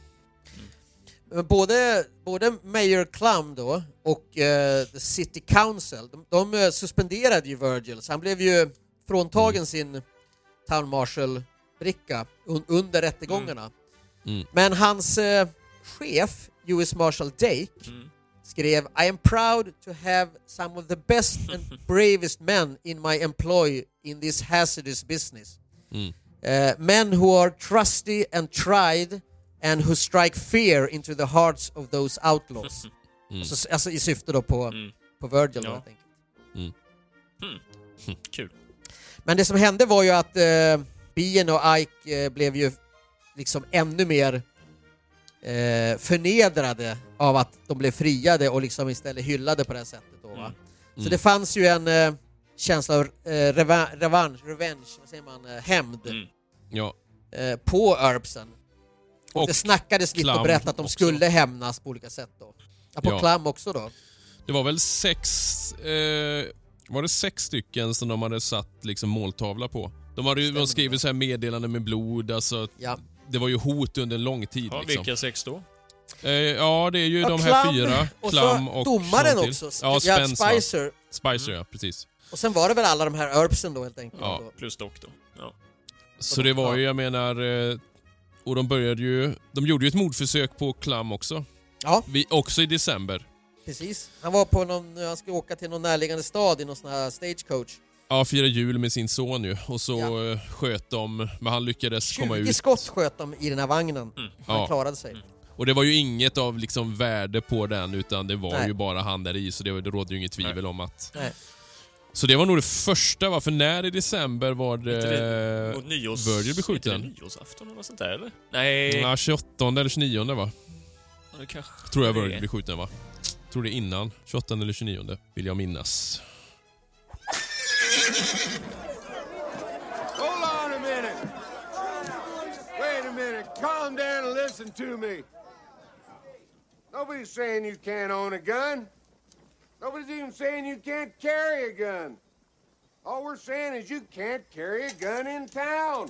Men både, både Mayor Clum då och eh, the City Council, de, de eh, suspenderade ju Virgil, så han blev ju fråntagen Mm. sin Town Marshal-bricka un, under rättegångarna. Mm. Men hans eh, chef, U S Marshal Dake, Mm. skrev I am proud to have some of the best and bravest men in my employ in this hazardous business. Mm. Uh, men who are trusty and tried and who strike fear into the hearts of those outlaws. Mm. Alltså, alltså i syfte då på, Mm. på Virgil då, Ja. helt enkelt. Mm. Kul. Men det som hände var ju att eh, Bien och Ike eh, blev ju liksom ännu mer eh, förnedrade av att de blev friade och liksom istället hyllade på det här sättet då, va? Mm. Så Mm. det fanns ju en eh, känsla av eh, reva- revansch, revenge, vad säger man, eh, hämnd Mm. Ja. eh, på Erbsen. Och, Och det snackades lite och Clum berättade att de också. skulle hämnas på olika sätt då. Ja, på Ja. Clum också då. Det var väl sex... Eh, var det sex stycken som de hade satt liksom måltavla på? De hade ju Stämmer de skrivit så här meddelanden med blod, alltså... Ja. Det var ju hot under en lång tid Ja, liksom. vilka sex då? Eh, ja, det är ju Ja, de här Clum, fyra. och Clum så och domaren någon till. också. Ja, Ja, Spence, va? Spicer. Spicer, ja, precis. Och sen var det väl alla de här Erbsen då helt enkelt. Ja. Då. Plus Doc då. Ja. Så det var ju, jag menar... Eh, och de började ju... De gjorde ju ett mordförsök på Clum också. Ja, Vi, också i december. precis. Han var på någon, han skulle åka till någon närliggande stad i någon sån här stagecoach. Ja, fira jul med sin son ju. Och så Ja. eh, sköt de... Men han lyckades komma tjugo ut. skott sköt de i den här vagnen. Mm. Han Ja. klarade sig. Och det var ju inget av liksom värde på den, utan det var Nej. ju bara han där i, så det, det rådde ju inget tvivel om att... Nej. Så det var nog det första, va? För när i december var Inte det... det mot nyårs... Virgil blev skjuten. Inte det nyårsafton eller något sånt där, eller? Nej. Ja, tjugoåttonde eller tjugonionde, va? Det kanske Tror jag det Virgil är. blev skjuten, va? Tror det innan. tjugoåttonde eller tjugonionde, vill jag minnas. Hold on a minute. Wait a minute. Calm down and listen to me. Nobody's saying you can't own a gun. Nobody's even saying you can't carry a gun. All we're saying is you can't carry a gun in town.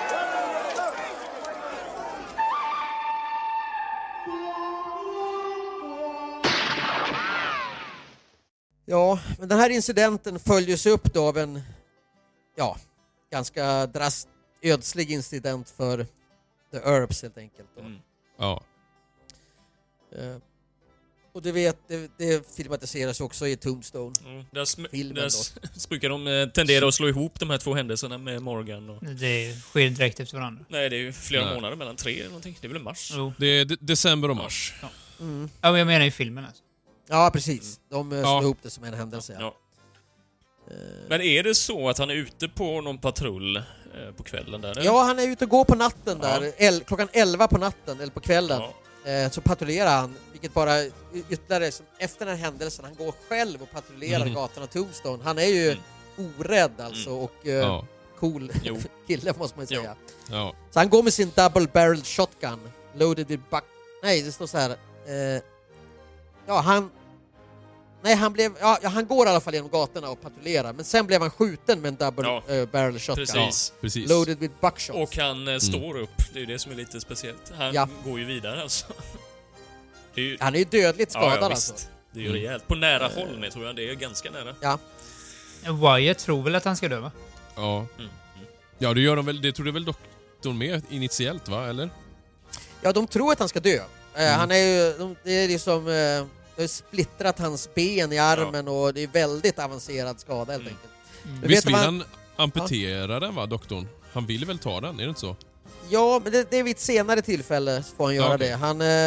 Ja, men den här incidenten följdes upp då av en, ja, ganska drast, ödslig incident för The Erbs helt enkelt då. Mm. Ja. Eh, och du vet, det, det filmatiseras också i Tombstone. Mm. Där, sm- Filmen där då. s- brukar de eh, tendera att slå ihop de här två händelserna med Morgan och... Det sker direkt efter varandra. Nej, det är ju flera Nej. månader mellan tre eller någonting. Det är väl i mars? Jo. Det är de- december och mars. Mm. Ja, men jag menar i filmen alltså. Ja, precis. De eh, slår Ja. ihop det som en händelse. Ja. Ja. Eh, Men är det så att han är ute på någon patrull eh, på kvällen där? eller? ja, han är ute och går på natten Ja. där. El- klockan elva på natten, eller på kvällen. Ja. Eh, så patrullerar han, vilket bara y- ytterligare, som efter den här händelsen, han går själv och patrullerar Mhm. gatorna Tombstone. Han är ju Mm. orädd alltså, och eh, Ja. cool Jo. kille måste man ju Jo. säga. Ja. Så han går med sin double barrel shotgun, loaded with buck... Nej, det står så här. Eh, ja, han... Nej, han blev... Ja, ja, han går i alla fall genom gatorna och patrullerar, men sen blev han skjuten med en double Ja. eh, barrel shotgun. Precis. Precis. Loaded with buckshots. Och han eh, står upp. Det är ju det som är lite speciellt. Han Ja. går ju vidare alltså. Det är ju... Han är ju dödligt skadad ja, ja, alltså. visst. Det är ju Mm. rejält. På nära håll med tror jag. Det är ganska nära. Ja. Wyatt tror väl att han ska dö, va? Ja. Mm. Mm. Ja, det gör de väl. Det trodde väl doktorn med initiellt, va? Eller? Ja, de tror att han ska dö. Eh, Mm. Han är ju... De, det är liksom... Eh, det har splittrat hans ben i armen och det är väldigt avancerad skada helt Mm. enkelt. Mm. Men Visst vet du vill vad- han amputera den, va, doktorn? Han vill väl ta den, är det inte så? Ja, men det, det är vid ett senare tillfälle får han göra Ja, okej. det. Han, eh,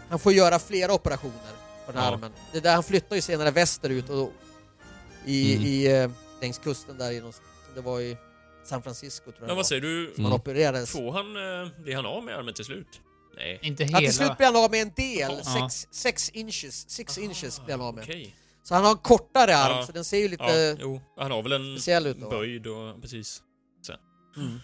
han får göra flera operationer på den här Ja. armen. Det där, han flyttar ju senare västerut och i, Mm. i, eh, längs kusten där i någon, det var i San Francisco tror jag Men det vad var. säger du? Man Mm. opererades. Får han... eh, Blir han av med armen till slut? Nej. Inte Ja, hela. till slut blir han av med en del, Ja. sex, sex inches, six inches blir han av med. Okej. Så han har en kortare arm, Ja. så den ser ju lite... Ja, jo. Han har väl en speciell ut då. böjd och... Precis. Mm.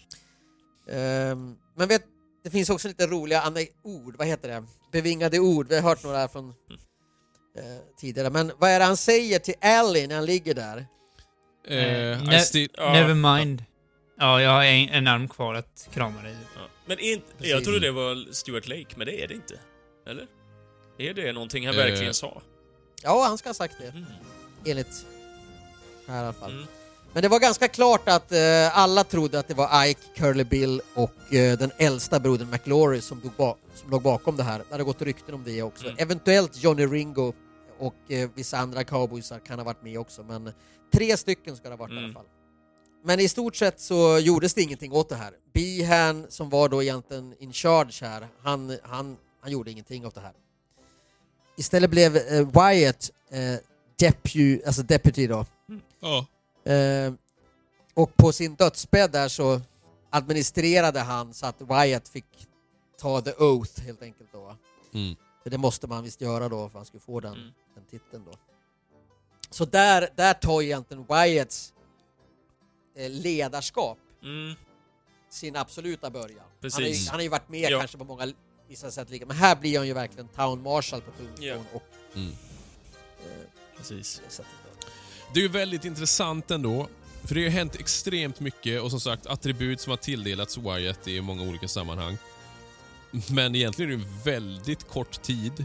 Ehm, men vet, det finns också lite roliga ane- ord, vad heter det? Bevingade ord, vi har hört några här från eh, tidigare. Men vad är det han säger till Ellie när han ligger där? Eh, Eh, I ne- still... Ja. Never mind. Ja, jag har en, en arm kvar att krama dig. Ja. Men är inte, Precis. jag trodde det var Stuart Lake, men det är det inte. Eller? Är det någonting han Eh. verkligen sa? Ja, han ska ha sagt det, Mm. enligt här i alla fall. Mm. Men det var ganska klart att eh, alla trodde att det var Ike, Curly Bill och eh, den äldsta brodern McLaury som, dog ba- som låg bakom det här. Det hade gått rykten om det också. Mm. Eventuellt Johnny Ringo och eh, vissa andra cowboysar kan ha varit med också, men tre stycken ska det ha varit Mm. i alla fall. Men i stort sett så gjordes det ingenting åt det här. Behan, som var då egentligen in charge här, han, han, han gjorde ingenting åt det här. Istället blev eh, Wyatt eh, depu- alltså deputy då. Ja. Eh, och på sin dödsbädd där så administrerade han så att Wyatt fick ta the oath helt enkelt då. Mm. För det måste man visst göra då för att han skulle få den, Mm. den titeln då. Så där, där tar egentligen Wyatts eh, ledarskap Mm. sin absoluta början. Han, Precis. är, han har ju varit med Ja. kanske på många vissa sätt lika, men här blir han ju verkligen town marshal på Tombstone Ja. och Mm. eh, Precis. det sättet då. Det är ju väldigt intressant ändå. För det har hänt extremt mycket och som sagt attribut som har tilldelats Wyatt i många olika sammanhang. Men egentligen är det en väldigt kort tid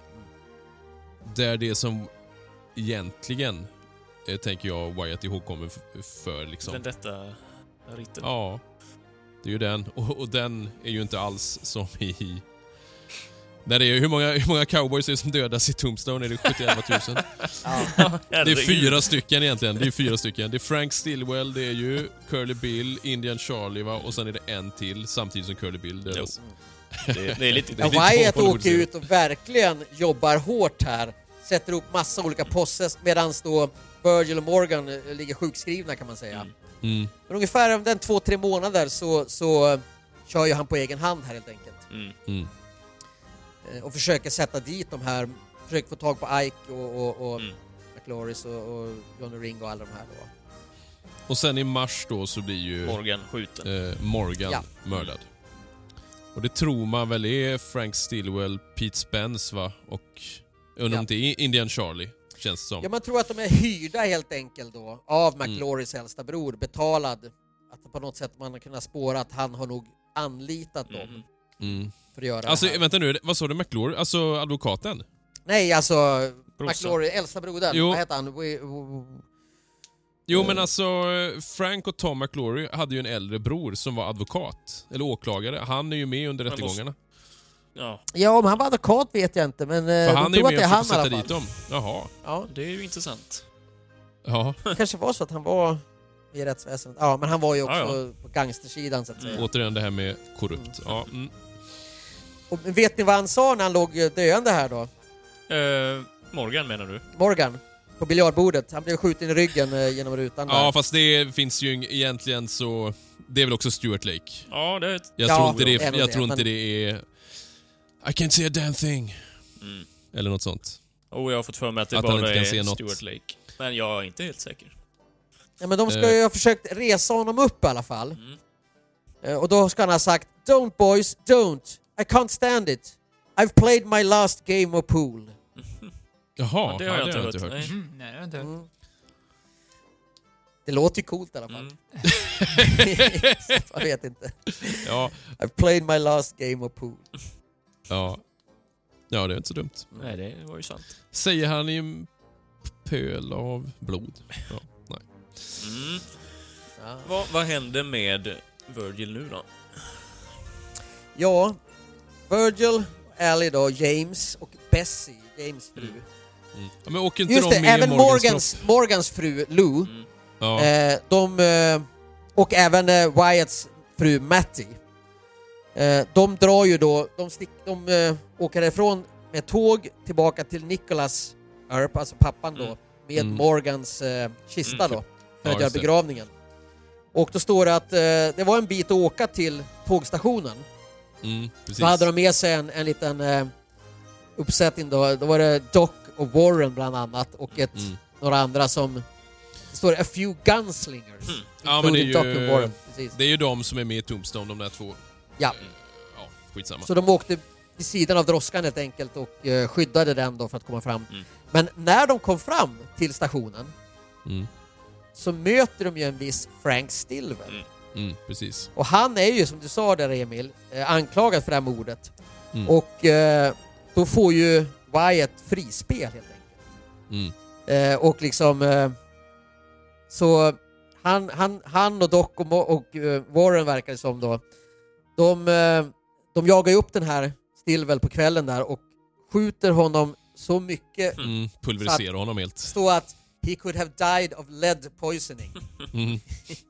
där det som egentligen eh, tänker jag Wyatt ihågkommer f- för liksom. Den detta ritten. Ja, det är ju den. Och, och den är ju inte alls som i... När det är, hur, många, hur många cowboys är det som dödas i Tombstone? Är det sjuttioelva tusen? Det är fyra stycken egentligen. Det är fyra stycken. Det är Frank Stillwell, det är ju Curly Bill, Indian Charlie va? Och sen är det en till samtidigt som Curly Bill dödas. Det, det är lite... Det är Ja, lite Wyatt Hollywood åker ut och verkligen jobbar hårt här. Sätter upp massa olika poster medan då Virgil och Morgan eh, ligger sjukskrivna kan man säga. Mm. Mm. Men ungefär om den två, tre månader så, så eh, kör ju han på egen hand här helt enkelt. Mm. Mm. Eh, och försöker sätta dit de här, försöker få tag på Ike och, och, och Mm. McLauris och, och Johnny Ringo och alla de här då. Och sen i mars då så blir ju Morgan skjuten. eh, Morgan Ja. mördad. Och det tror man väl är Frank Stillwell, Pete Spence va? Och undrar Ja. om det är Indian Charlie, känns det som. Ja, man tror att de är hyrda helt enkelt då av McLauris äldsta bror, betalad. Att på något sätt man har kunnat spåra att han har nog anlitat dem Mhm. Mm. för att göra Alltså det här. vänta nu, vad sa du McLaury? Alltså advokaten? Nej, alltså Brorsan. McLaury, äldsta brodern. Jo. Vad heter han? We, we, Jo men alltså Frank och Tom McLaury hade ju en äldre bror som var advokat, eller åklagare. Han är ju med under Han måste- rättegångarna. Ja, ja, om han var advokat vet jag inte, men För jag han är tror ju att det med är och han i försöker alla sätta fall. dit dem. Jaha. Ja, det är ju intressant. Ja. det kanske var så att han var i rättsväsendet. Ja, men han var ju också Ja, på gangstersidan så att säga. Mm. Återigen det här med korrupt. Ja. Mm. Och vet ni vad han sa när han låg döende här då? Eh, Morgan menar du? Morgan, på biljardbordet. Han blev skjuten i ryggen eh, genom rutan där. Ja fast det finns ju egentligen så... Det är väl också Stuart Lake. Ja, det är ett... Jag Ja, tror inte det det är är, nog jag det, tror inte men- det är... I can't see a damn thing. Mm. Eller något sånt. Och jag har fått för mig att det Att han bara inte kan är se något. Stuart Lake. Men jag är inte helt säker. Ja, men de ska Eh. ju ha försökt resa honom upp i alla fall. Mm. Eh, Och då ska han ha sagt "Don't boys, don't. I can't stand it. I've played my last game of pool." Jaha, Ja, det har jag ja, inte det hört. hört. Nej. Mm, nej, det har jag inte hört. Mm. Det låter ju coolt i alla fall. Mm. Jag vet inte. Ja, I've played my last game of pool. ja. Ja, det är inte så dumt. Nej, det var ju sant. Säger han i en pöl av blod? Ja, nej. Mm. Ja. Vad, vad händer med Virgil nu då? Ja, Virgil, Ellie då, James och Bessie, James fru. Mm. Ja, men åker inte Just de det, med även Morgans, Morgans, kropp? Morgans fru Lou. Mm. Ja. Eh, de, eh, och även eh, Wyatts fru Matty. Eh, de drar ju då, de, stick, de eh, åker ifrån med tåg tillbaka till Nicholas Earp, alltså pappan då, Mm. med Mm. Morgans eh, kista Mm. då, för Ja, att göra just det. begravningen. Och då står det att eh, det var en bit att åka till tågstationen. Mm, precis. Då hade de med sig en, en liten eh, uppsättning då. Då var det Doc och Warren bland annat och ett, Mm. några andra som... Det står a few gunslingers. Mm. Ja, men det är Including Doc och ju, Warren, precis. det är ju de som är med i Tombstone, de där två. Ja. Ja, skitsamma. Så de åkte vid sidan av droskan helt enkelt och eh, skyddade den då för att komma fram. Mm. Men när de kom fram till stationen Mm. så möter de ju en viss Frank Stilwell. Mm. Mm, precis. Och han är ju, som du sa där Emil, eh, anklagad för det här mordet. Mm. Och eh, då får ju Wyatt frispel helt enkelt. Mm. Eh, och liksom... Eh, så han, han, han och Doc och, Mo- och eh, Warren verkar det som då. De, eh, de jagar ju upp den här Stilwell på kvällen där och skjuter honom så mycket. Mm. Pulverisera honom helt. Så att he could have died of lead poisoning. Mm.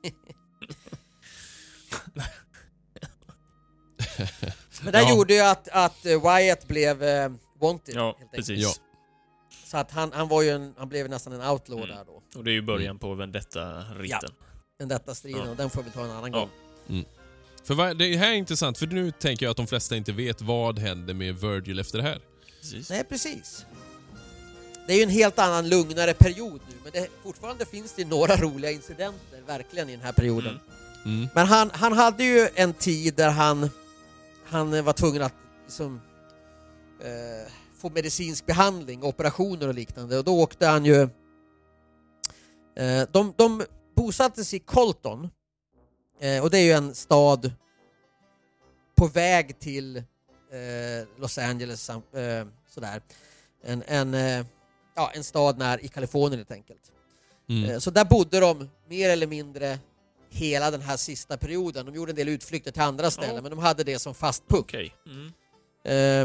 Men det Ja. gjorde ju att, att eh, Wyatt blev eh, wanted. Ja, helt enkelt. precis. Ja. Så att han, han var ju en, han blev nästan en outlaw Mm. där då. Och det är ju början på Vendetta-riten. Den detta striden Ja. och den får vi ta en annan Ja. gång. För vad- det här är intressant, för nu tänker jag att de flesta inte vet vad händer med Virgil efter det här. Precis. Nej, precis. Det är ju en helt annan, lugnare period nu, men det, fortfarande finns det några roliga incidenter, verkligen, i den här perioden. Mm. Mm. Men han, han hade ju en tid där han, han var tvungen att liksom, eh, få medicinsk behandling, operationer och liknande, och då åkte han ju... Eh, de, de bosattes i Colton, eh, och det är ju en stad på väg till eh, Los Angeles, sam- eh, sådär. En, en, eh, ja, en stad när, i Kalifornien helt enkelt. Mm. Eh, Så där bodde de mer eller mindre hela den här sista perioden. De gjorde en del utflykter till andra ställen, Ja. men de hade det som fast punkt. Okej. Mm. Eh,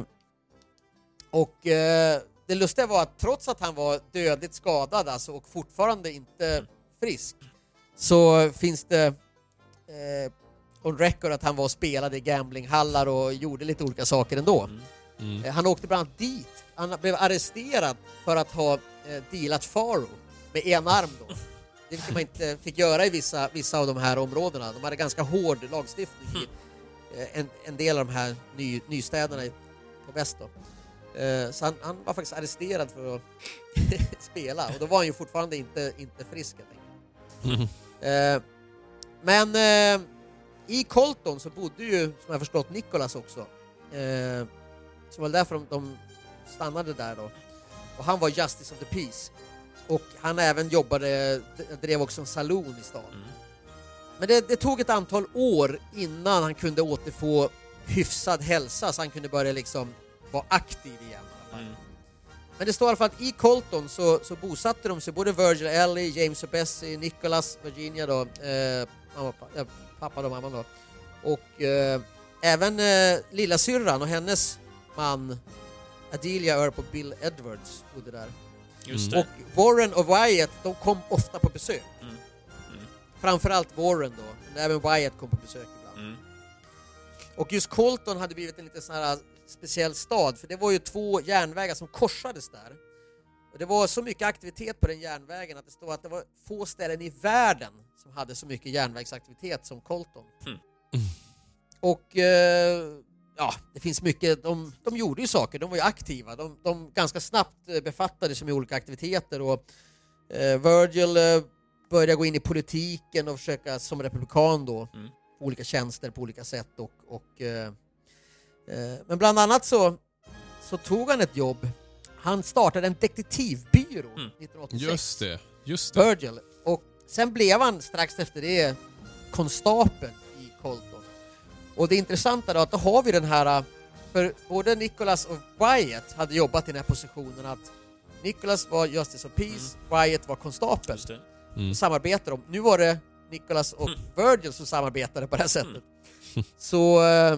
och eh, det lustiga var att trots att han var dödligt skadad alltså, och fortfarande inte frisk, så finns det eh, on record att han var och spelade i gamblinghallar och gjorde lite olika saker ändå. Mm. Mm. Eh, han åkte bland annat dit. Han blev arresterad för att ha eh, dealat faro med en arm då. Det vilket man inte fick göra i vissa, vissa av de här områdena. De hade ganska hård lagstiftning i eh, en, en del av de här ny, nystäderna i, på väst då. Eh, så han, han var faktiskt arresterad för att spela, och då var han ju fortfarande inte, inte frisk helt enkelt. Mm. Eh, men eh, i Colton så bodde ju, som jag förstått, Nicholas också. Eh, så var det därför de, de stannade där då. Och han var Justice of the Peace. Och han även jobbade, d- drev också en saloon i stan. Mm. Men det, det tog ett antal år innan han kunde återfå hyfsad hälsa, så han kunde börja liksom vara aktiv igen i alla fall. Mm. Men det står i alla fall att i Colton så, så bosatte de sig både Virgil Ellie, James och Bessie, Nicholas, Virginia då, eh, mamma, pa, eh, pappa och mamma då. Och eh, även eh, lilla syrran och hennes man Adelia Earp och Bill Edwards bodde där. Just Mm. det. Och Warren och Wyatt, de kom ofta på besök. Mm. Mm. Framförallt Warren då, men även Wyatt kom på besök ibland. Mm. Och just Colton hade blivit en lite sån här speciell stad, för det var ju två järnvägar som korsades där. Och det var så mycket aktivitet på den järnvägen att det står att det var få ställen i världen som hade så mycket järnvägsaktivitet som Colton. Mm. Och eh, ja, det finns mycket, de, de gjorde ju saker, de var ju aktiva. De, de ganska snabbt eh, befattade sig med olika aktiviteter, och eh, Virgil eh, började gå in i politiken och försöka som republikan då, Mm. på olika tjänster på olika sätt. Och, och, eh, eh, men bland annat så, så tog han ett jobb. Han startade en detektivbyrå Mm. nittonhundraåttiosex. Just det, just det. Virgil. Och sen blev han strax efter det konstapel i Colton. Och det intressanta då, att då har vi den här, för både Nicholas och Wyatt hade jobbat i den här positionen, att Nicholas var Justice of Peace, Wyatt var konstapel. Just det. Mm. Samarbetade de. Nu var det Nicholas och Mm. Virgil som samarbetade på det här sättet. Så eh,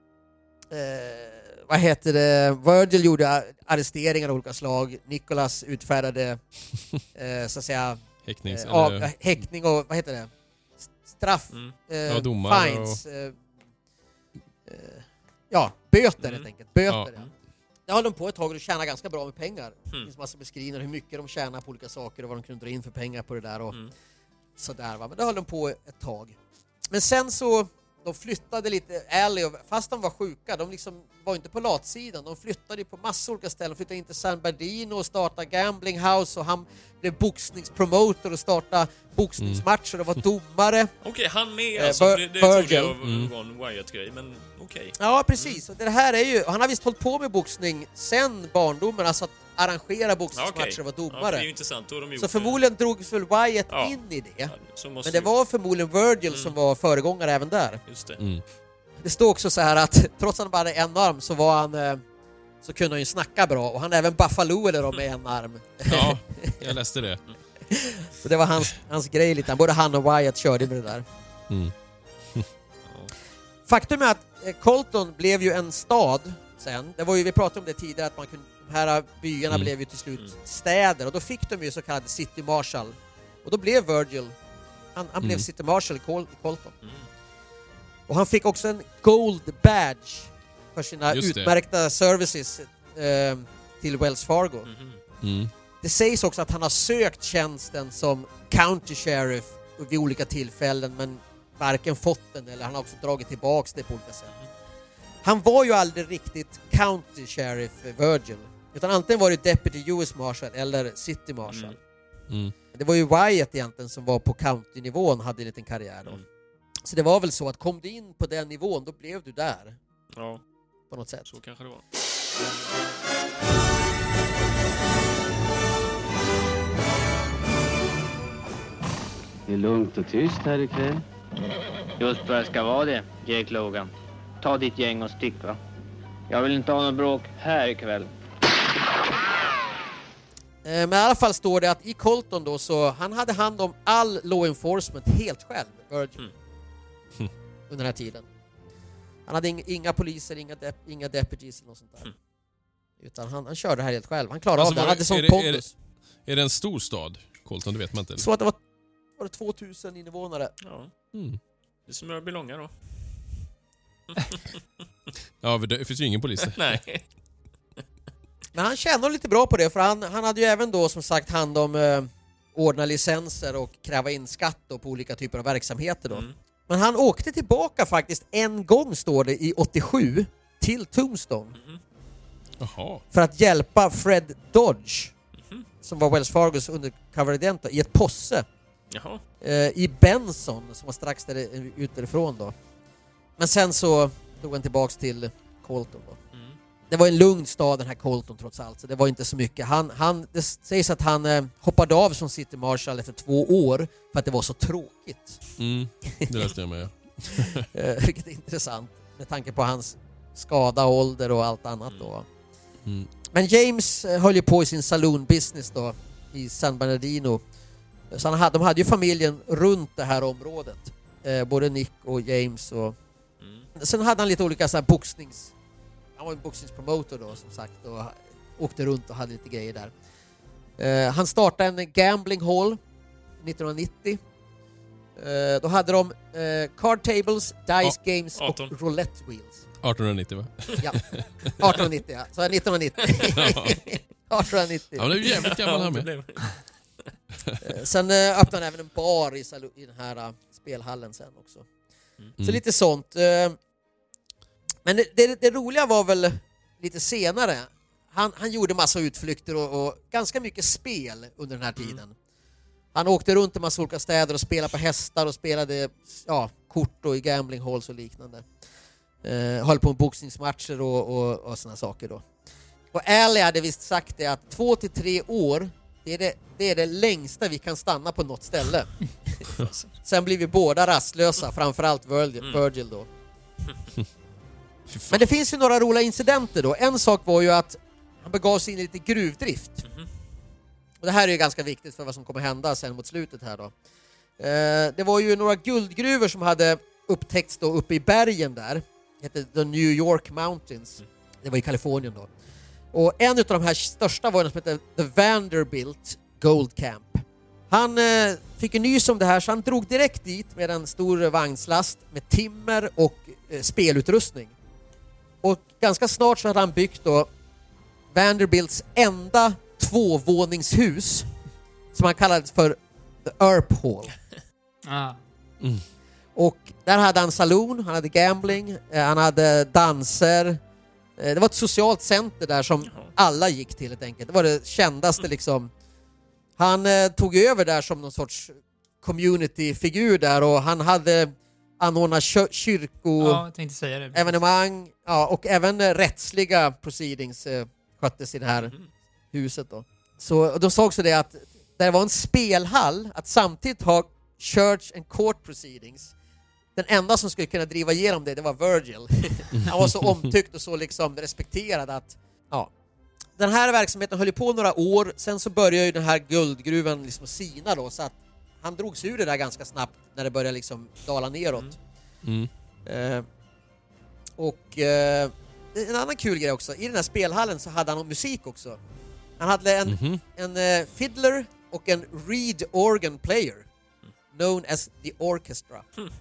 eh, vad heter det? Virgil gjorde arresteringar av olika slag. Nicholas utfärdade eh, så att säga Häktnings... eh, av, eller- häktning och vad heter det? Straff, Mm. eh, Ja, domar fines, eh, eh, ja, böter Mm. helt enkelt. Böter, Ja. ja. Det höll de på ett tag och de tjänar ganska bra med pengar. Det Mm. finns massa beskrivningar hur mycket de tjänar på olika saker och vad de kunde dra in för pengar på det där och Mm. sådär va. Men det höll de på ett tag. Men sen så, de flyttade lite, Alley, fast de var sjuka, de liksom var inte på latsidan. De flyttade på massor olika ställen. De flyttade in till San Bernardino och startade gambling house och han blev boxningspromoter och startade boxningsmatcher och var domare. Okej, han med Eh, alltså. Vir- Det, det trodde Virgil. jag Mm. var en Wyatt-grej, men okej. Ja, precis. Och det här är ju, han har visst hållit på med boxning sen barndomen, alltså att arrangera Ja, boxningsmatcher okej. och vara Ja, för domare. det är ju intressant. Då har de gjort Så det. förmodligen drogs väl Wyatt Ja. in i det. Ja, så måste Men det ju- var förmodligen Virgil som var föregångare även där. Just det. Mm. Det står också så här att trots att han bara hade en arm så var han eh, så kunde han ju snacka bra och han även Buffalo eller då med en arm. Ja, jag läste det. Så det var hans, hans grej lite. Både han och Wyatt körde med det där. Mm. Faktum är att eh, Colton blev ju en stad sen. Det var ju, vi pratade om det tidigare, att man kunde, de här byarna Mm. blev ju till slut Mm. städer och då fick de ju så kallade City Marshal. Och då blev Virgil, han, han blev Mm. City Marshal i Col- i Colton. Mm. Och han fick också en Gold Badge för sina Just det. utmärkta services eh, till Wells Fargo. Mhm. Mm. Det sägs också att han har sökt tjänsten som County Sheriff vid olika tillfällen men varken fått den eller han har också dragit tillbaks det på olika sätt. Han var ju aldrig riktigt County Sheriff Virgil, utan antingen var det Deputy U S Marshal eller City Marshal. Mm. Mm. Det var ju Wyatt egentligen som var på county-nivån, hade en liten karriär då. Mm. Så det var väl så att kom du in på den nivån, då blev du där Ja, på något sätt. så kanske det var. Det är lugnt och tyst här ikväll. Just vad det ska vara det, Jake Logan. Ta ditt gäng och stick, va? Jag vill inte ha något bråk här ikväll. Eh, Men i alla fall står det att i Colton då så han hade hand om all law enforcement helt själv, Virgil. Mm. Under den här tiden. Han hade ing- inga poliser, inga, dep- inga deputies eller något sånt där. Mm. Utan han, han körde det här helt själv. Han klarade Alltså, av det. Han var hade det- sån är det- är det- pondus. Är det en stor stad, Colton? Det vet man inte. eller? Så att det var, var det tvåtusen invånare. Ja, Mm. det är som Mörbylånga då. Ja, för det finns ju ingen polis. Nej. Men han tjänade lite bra på det, för han, han hade ju även då som sagt hand om eh, ordna licenser och kräva in skatt då på olika typer av verksamheter då. Mm. Men han åkte tillbaka faktiskt en gång, står det, i åttiosju till Tombstone Mhm. Jaha. för att hjälpa Fred Dodge, Mhm. som var Wells Fargos undercover-agent då, i ett posse Jaha. eh, i Benson som var strax där, ut därifrån då. Men sen så tog han tillbaks till Colton då. Mm. Det var en lugn stad den här Colton trots allt, så det var inte så mycket. Han, han, det sägs att han eh, hoppade av som City Marshal efter två år för att det var så tråkigt. Mm. Det läste jag med. Eh, vilket är intressant med tanke på hans skada, ålder och allt annat då. Mm. Men James eh, höll ju på i sin saloon business då i San Bernardino. Så han hade, de hade ju familjen runt det här området. Eh, både Nick och James och... Mm. Sen hade han lite olika så här boxnings... Han var en boxningspromotor då som sagt och åkte runt och hade lite grejer där. Eh, han startade en gambling hall nittonhundranittio. Eh, då hade de eh, card tables, dice games arton. och roulette wheels. artonhundranittio, va? Ja, artonhundranittio ja. Så nittonhundranittio. artonhundranittio. Ja, men det är ju jävligt gammal han det med. blev- Eh, Sen eh, öppnade han även en bar i, salo- i den här eh, spelhallen sen också. Så Mm. lite sånt. eh, Men det, det, det roliga var väl lite senare. Han, han gjorde massa utflykter och, och ganska mycket spel under den här tiden. Han åkte runt i massa olika städer och spelade på hästar och spelade ja, kort och i gambling halls och liknande. Eh, höll på med boxningsmatcher och, och, och såna saker då. Och Alley hade visst sagt det att två till tre år det är det, det är det längsta vi kan stanna på något ställe. Sen blir vi båda rastlösa, framförallt Virgil, Virgil då. Fy fan. Men det finns ju några roliga incidenter då. En sak var ju att han begav sig in i lite gruvdrift. Och det här är ju ganska viktigt för vad som kommer hända sen mot slutet här då. Eh, det var ju några guldgruvor som hade upptäckts då uppe i bergen där. Det hette The New York Mountains. Det var i Kalifornien då. Och en av de här största var en som hette The Vanderbilt Gold Camp. Han eh, fick en nys om det här så han drog direkt dit med en stor vagnslast med timmer och eh, spelutrustning. Och ganska snart så hade han byggt då Vanderbilts enda tvåvåningshus som han kallade för The Earp Hall. Ah. Mm. Och där hade han saloon, han hade gambling, eh, han hade danser. Eh, det var ett socialt center där som alla gick till helt enkelt. Det var det kändaste liksom. Han eh, tog över där som någon sorts community-figur där och han hade anordnat kö- kyrko Ja, jag tänkte säga det. evenemang, ja, och även eh, rättsliga proceedings eh, sköttes i det här mm. huset då. Så och de sa också det att det var en spelhall, att samtidigt ha church and court proceedings. Den enda som skulle kunna driva igenom det, det var Virgil. Han var så omtyckt och så liksom respekterad att, ja. Den här verksamheten höll på några år, sen så började ju den här guldgruvan liksom sina då, så att han drogs ur det där ganska snabbt när det började liksom dala neråt. Mm. Eh, och eh, en annan kul grej också, i den här spelhallen så hade han musik också. Han hade en, Mm-hmm. en uh, fiddler och en reed organ player known as the orchestra.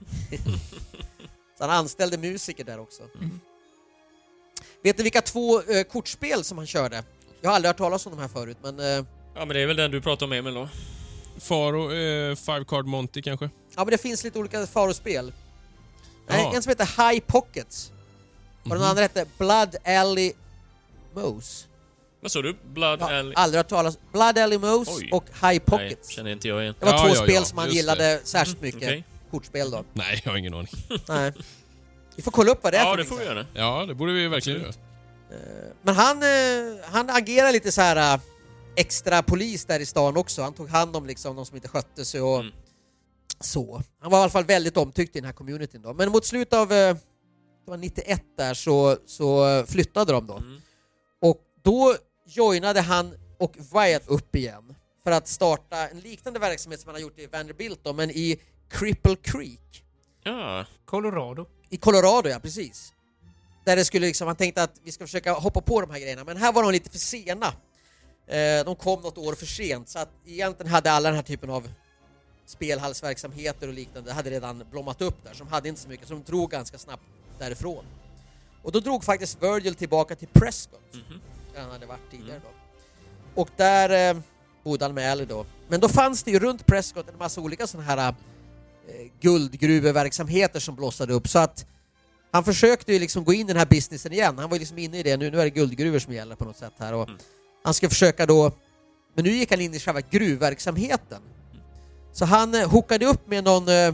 Så han anställde musiker där också. Mm. Vet ni vilka två uh, kortspel som han körde? Jag har aldrig hört talas om de här förut, men... Uh, Ja, men det är väl den du pratar om, Emil, då? Faro, eh, Five Card Monty kanske? ja, men det finns lite olika Faro-spel. Ja. En som heter High Pockets. Och den Mhm. andra heter Blood Alley Mouse. Vad sa du? Blood Ja, Alley? aldrig hört talas. Blood Alley Mouse Oj. och High Pockets. Nej, känner inte jag igen. Det var Ja, två ja, spel ja, som han just gillade det. särskilt mycket. Okej. Kortspel då. Nej, jag har ingen aning. Nej. Vi får kolla upp vad det är Ja, för det något. får vi göra. Ja, det borde vi verkligen göra. Eh, Men han, eh, han agerar lite så här eh, extra polis där i stan också. Han tog hand om liksom de som inte skötte sig och Mm. så. Han var i alla fall väldigt omtyckt i den här communityn då. Men mot slutet av eh, det var nittioett där så, så flyttade de då. Mm. Och då joinade han och Wyatt upp igen för att starta en liknande verksamhet som han har gjort i Vanderbilt då, men i Cripple Creek. Ja. Colorado. I Colorado, ja, precis. Där det skulle liksom, han tänkte att vi ska försöka hoppa på de här grejerna, men här var de lite för sena. Eh, de kom något år för sent, så att egentligen hade alla den här typen av spelhallsverksamheter och liknande hade redan blommat upp där, som hade inte så mycket, så de drog ganska snabbt därifrån. Och då drog faktiskt Virgil tillbaka till Prescott, Mhm. där han hade varit tidigare då. Och där eh, bodde han med Ellie då. Men då fanns det ju runt Prescott en massa olika sådana här eh, guldgruveverksamheter som blossade upp, så att han försökte ju liksom gå in i den här businessen igen. Han var ju liksom inne i det. Nu, nu är det guldgruvor som gäller på något sätt här. Och Mm. han ska försöka då... Men nu gick han in i själva gruvverksamheten. Så han eh, hookade upp med någon eh,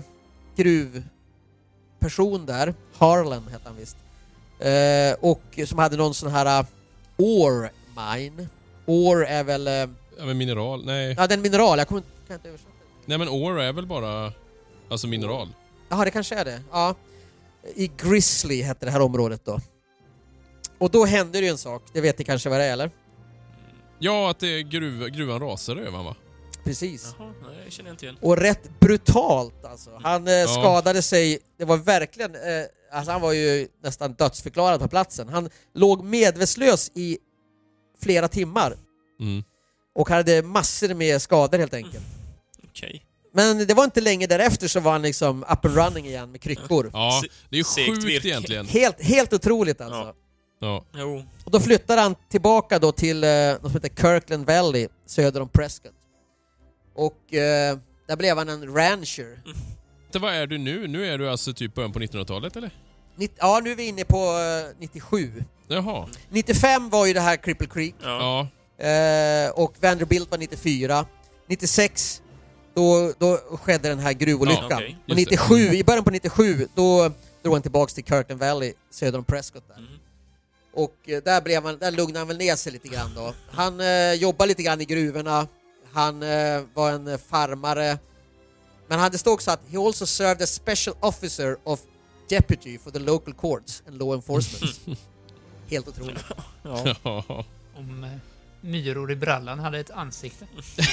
gruvperson där. Harlan heter han visst. Eh, och som hade någon sån här uh, ore mine. Ore är väl... Eh, Ja, men mineral, nej. ja, den mineral. Jag kommer, kan inte översätta det. Nej, men ore är väl bara, alltså mineral. Jaha, det kanske är det. Ja. I Grizzly hette det här området då. Och då hände det ju en sak. Det vet ni kanske vad det är, eller? Ja, att det är gruv, gruvan rasade över, va? Precis. Jaha, nej, jag känner inte igen. Och rätt brutalt alltså. Han eh, skadade sig. Det var verkligen... Eh, alltså han var ju nästan dödsförklarad på platsen. Han låg medvetslös i flera timmar. Mm. Och hade massor med skador helt enkelt. Okej. Men det var inte länge därefter så var han liksom up and running igen med kryckor. Ja, Se- det är ju segt sjukt virke. egentligen. Helt, helt otroligt alltså. Ja. Ja. Jo. Och då flyttade han tillbaka då till eh, något som heter Kirkland Valley söder om Prescott. Och eh, där blev han en rancher. Det, vad är du nu? Nu är du alltså typ början på nittonhundratalet, eller? Nitt- ja, nu är vi inne på eh, nittiosju. Jaha. nittiofem var ju det här Cripple Creek. Ja. Ja. Eh, och Vanderbilt var nittiofyra. nittiosex, då, då skedde den här gruvolyckan. Ja, okej. Och Just det. nittiosju, i början på nittiosju, då drog han tillbaks till Kirkland Valley söder om Prescott där. Mhm. Och eh, där, blev han, där lugnade han väl ner sig lite grann då. Han eh, jobbade lite grann i gruvorna. Han eh, var en eh, farmare. Men han hade stått också att he also served as special officer of deputy for the local courts and law enforcement. Helt otroligt. Ja. Ja. Om eh, myror i brallan hade ett ansikte.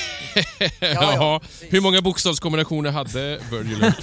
Jaha. precis. Hur många bokstavskombinationer hade Virgil upp?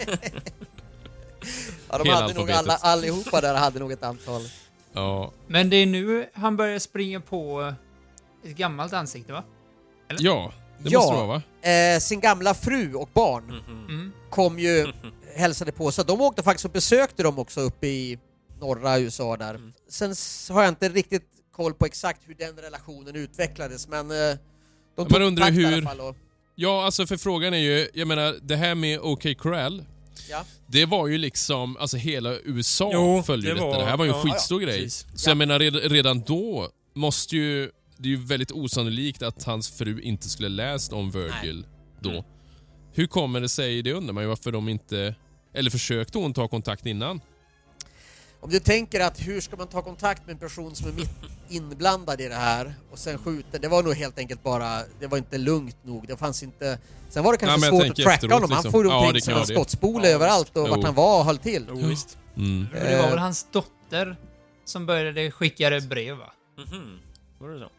Ja, de Hela hade nog alfabetet. alla, allihopa där hade nog ett antal. Ja. Men det är nu han börjar springa på ett gammalt ansikte, va? Ja, det Ja. måste det vara, va? Eh, sin gamla fru och barn Mhm. Mm. kom ju, hälsade på. Så de åkte faktiskt och besökte dem också uppe i norra U S A där. Mm. Sen har jag inte riktigt koll på exakt hur den relationen utvecklades, men eh, de tog undrar hur... i alla fall. Och... Ja, alltså för frågan är ju, jag menar, det här med OK Corral, ja. Det var ju liksom, alltså hela U S A jo, följde det, var, det här var ju en ja, skitstor ja, grej. Precis. Så ja. Jag menar, redan då måste ju, det är ju väldigt osannolikt att hans fru inte skulle läst om Virgil Nej. då. Mm. Hur kommer det sig, det undrar man ju varför de inte, eller försökte hon ta kontakt innan? Om du tänker att hur ska man ta kontakt med en person som är mitt inblandad i det här och sen skjuter, det var nog helt enkelt bara, det var inte lugnt nog, det fanns inte, sen var det kanske ja, svårt att tracka honom, liksom. Han får omkring ja, som en skottspole ja, överallt och jo. vart han var och höll till. Jo, visst. Mm. Det var väl hans dotter som började skicka brev, va? Mhm, var det så?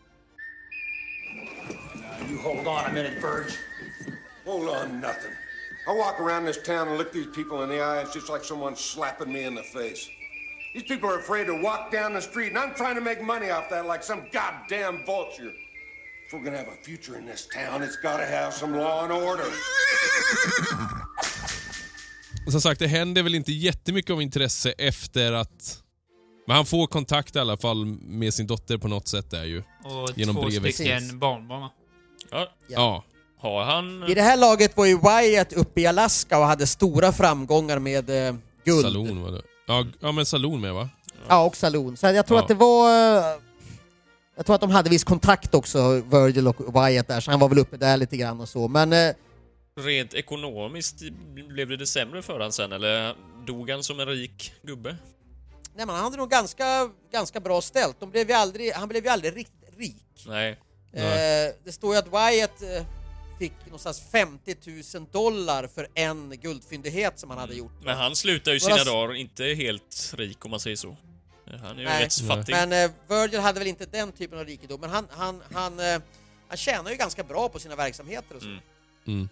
You hold on a minute, Verge. Hold on nothing. I walk around this town and look these people in the eye, it's just like someone slapping me in the face. These people are afraid to walk down the street, and I'm trying to make money off that like some goddamn vulture. If we're gonna have a future in this town, it's gotta have some law and order. Och som sagt, det händer väl inte jättemycket av intresse efter att... Men han får kontakt i alla fall med sin dotter på något sätt där ju. Och genom två brevet. stycken barnbarn. Ja. ja. Har han... I det här laget var ju Wyatt uppe i Alaska och hade stora framgångar med eh, guld. Saloon var det. Ja, ja, men Saloon med, va? Ja, och Saloon. Så jag tror ja. att det var... Jag tror att de hade viss kontakt också, Virgil och Wyatt där, så han var väl uppe där lite grann och så. Men... Eh, rent ekonomiskt blev det, det sämre för han sen, eller dog han som en rik gubbe? Nej, men han hade nog ganska, ganska bra ställt. De blev ju aldrig, han blev ju aldrig riktigt rik. Nej. Eh, det står ju att Wyatt... Eh, fick någonstans femtio tusen dollar för en guldfyndighet som han hade gjort. Men han slutar ju sina Några... dagar inte helt rik, om man säger så. Han är ju Nej. rätt fattig. Men eh, Virgil hade väl inte den typen av rikedom, men han, han, han, eh, han tjänar ju ganska bra på sina verksamheter och så. Mm. Mm.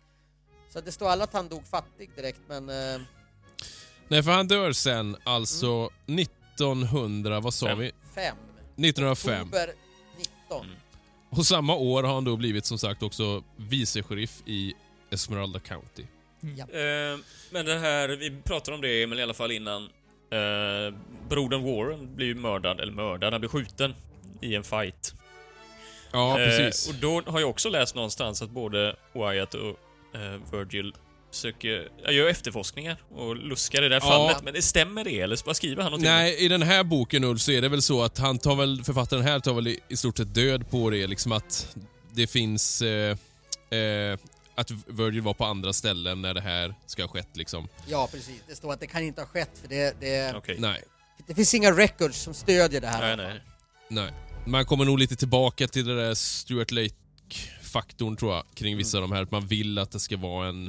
Så det står alla att han dog fattig direkt, men... Eh... Nej, för han dör sen, alltså mm. nittonhundra, vad sa Fem. vi? Fem. nittonhundrafem. Oktober nitton. Mm. Och samma år har han då blivit som sagt också vice-sheriff i Esmeralda County. Mm. Ja. Eh, men det här, vi pratade om det men i alla fall innan. Eh, brodern Warren blir ju mördad, eller mördad, han blir skjuten i en fight. Ja, eh, precis. Och då har jag också läst någonstans att både Wyatt och eh, Virgil söker, jag gör efterforskningar och luskar i det här ja. fallet, men det stämmer det, eller vad skriver han? Nej, i den här boken Ulf, så är det väl så att han tar väl, författaren här tar väl i, i stort sett död på det, liksom att det finns eh, eh, att Virgil var på andra ställen när det här ska ha skett liksom. Ja, precis. Det står att det kan inte ha skett för det, det, okay. nej. Det finns inga records som stödjer det här. Nej, nej. Nej. Man kommer nog lite tillbaka till det där Stuart Lake-faktorn tror jag, kring vissa mm. av de här, att man vill att det ska vara en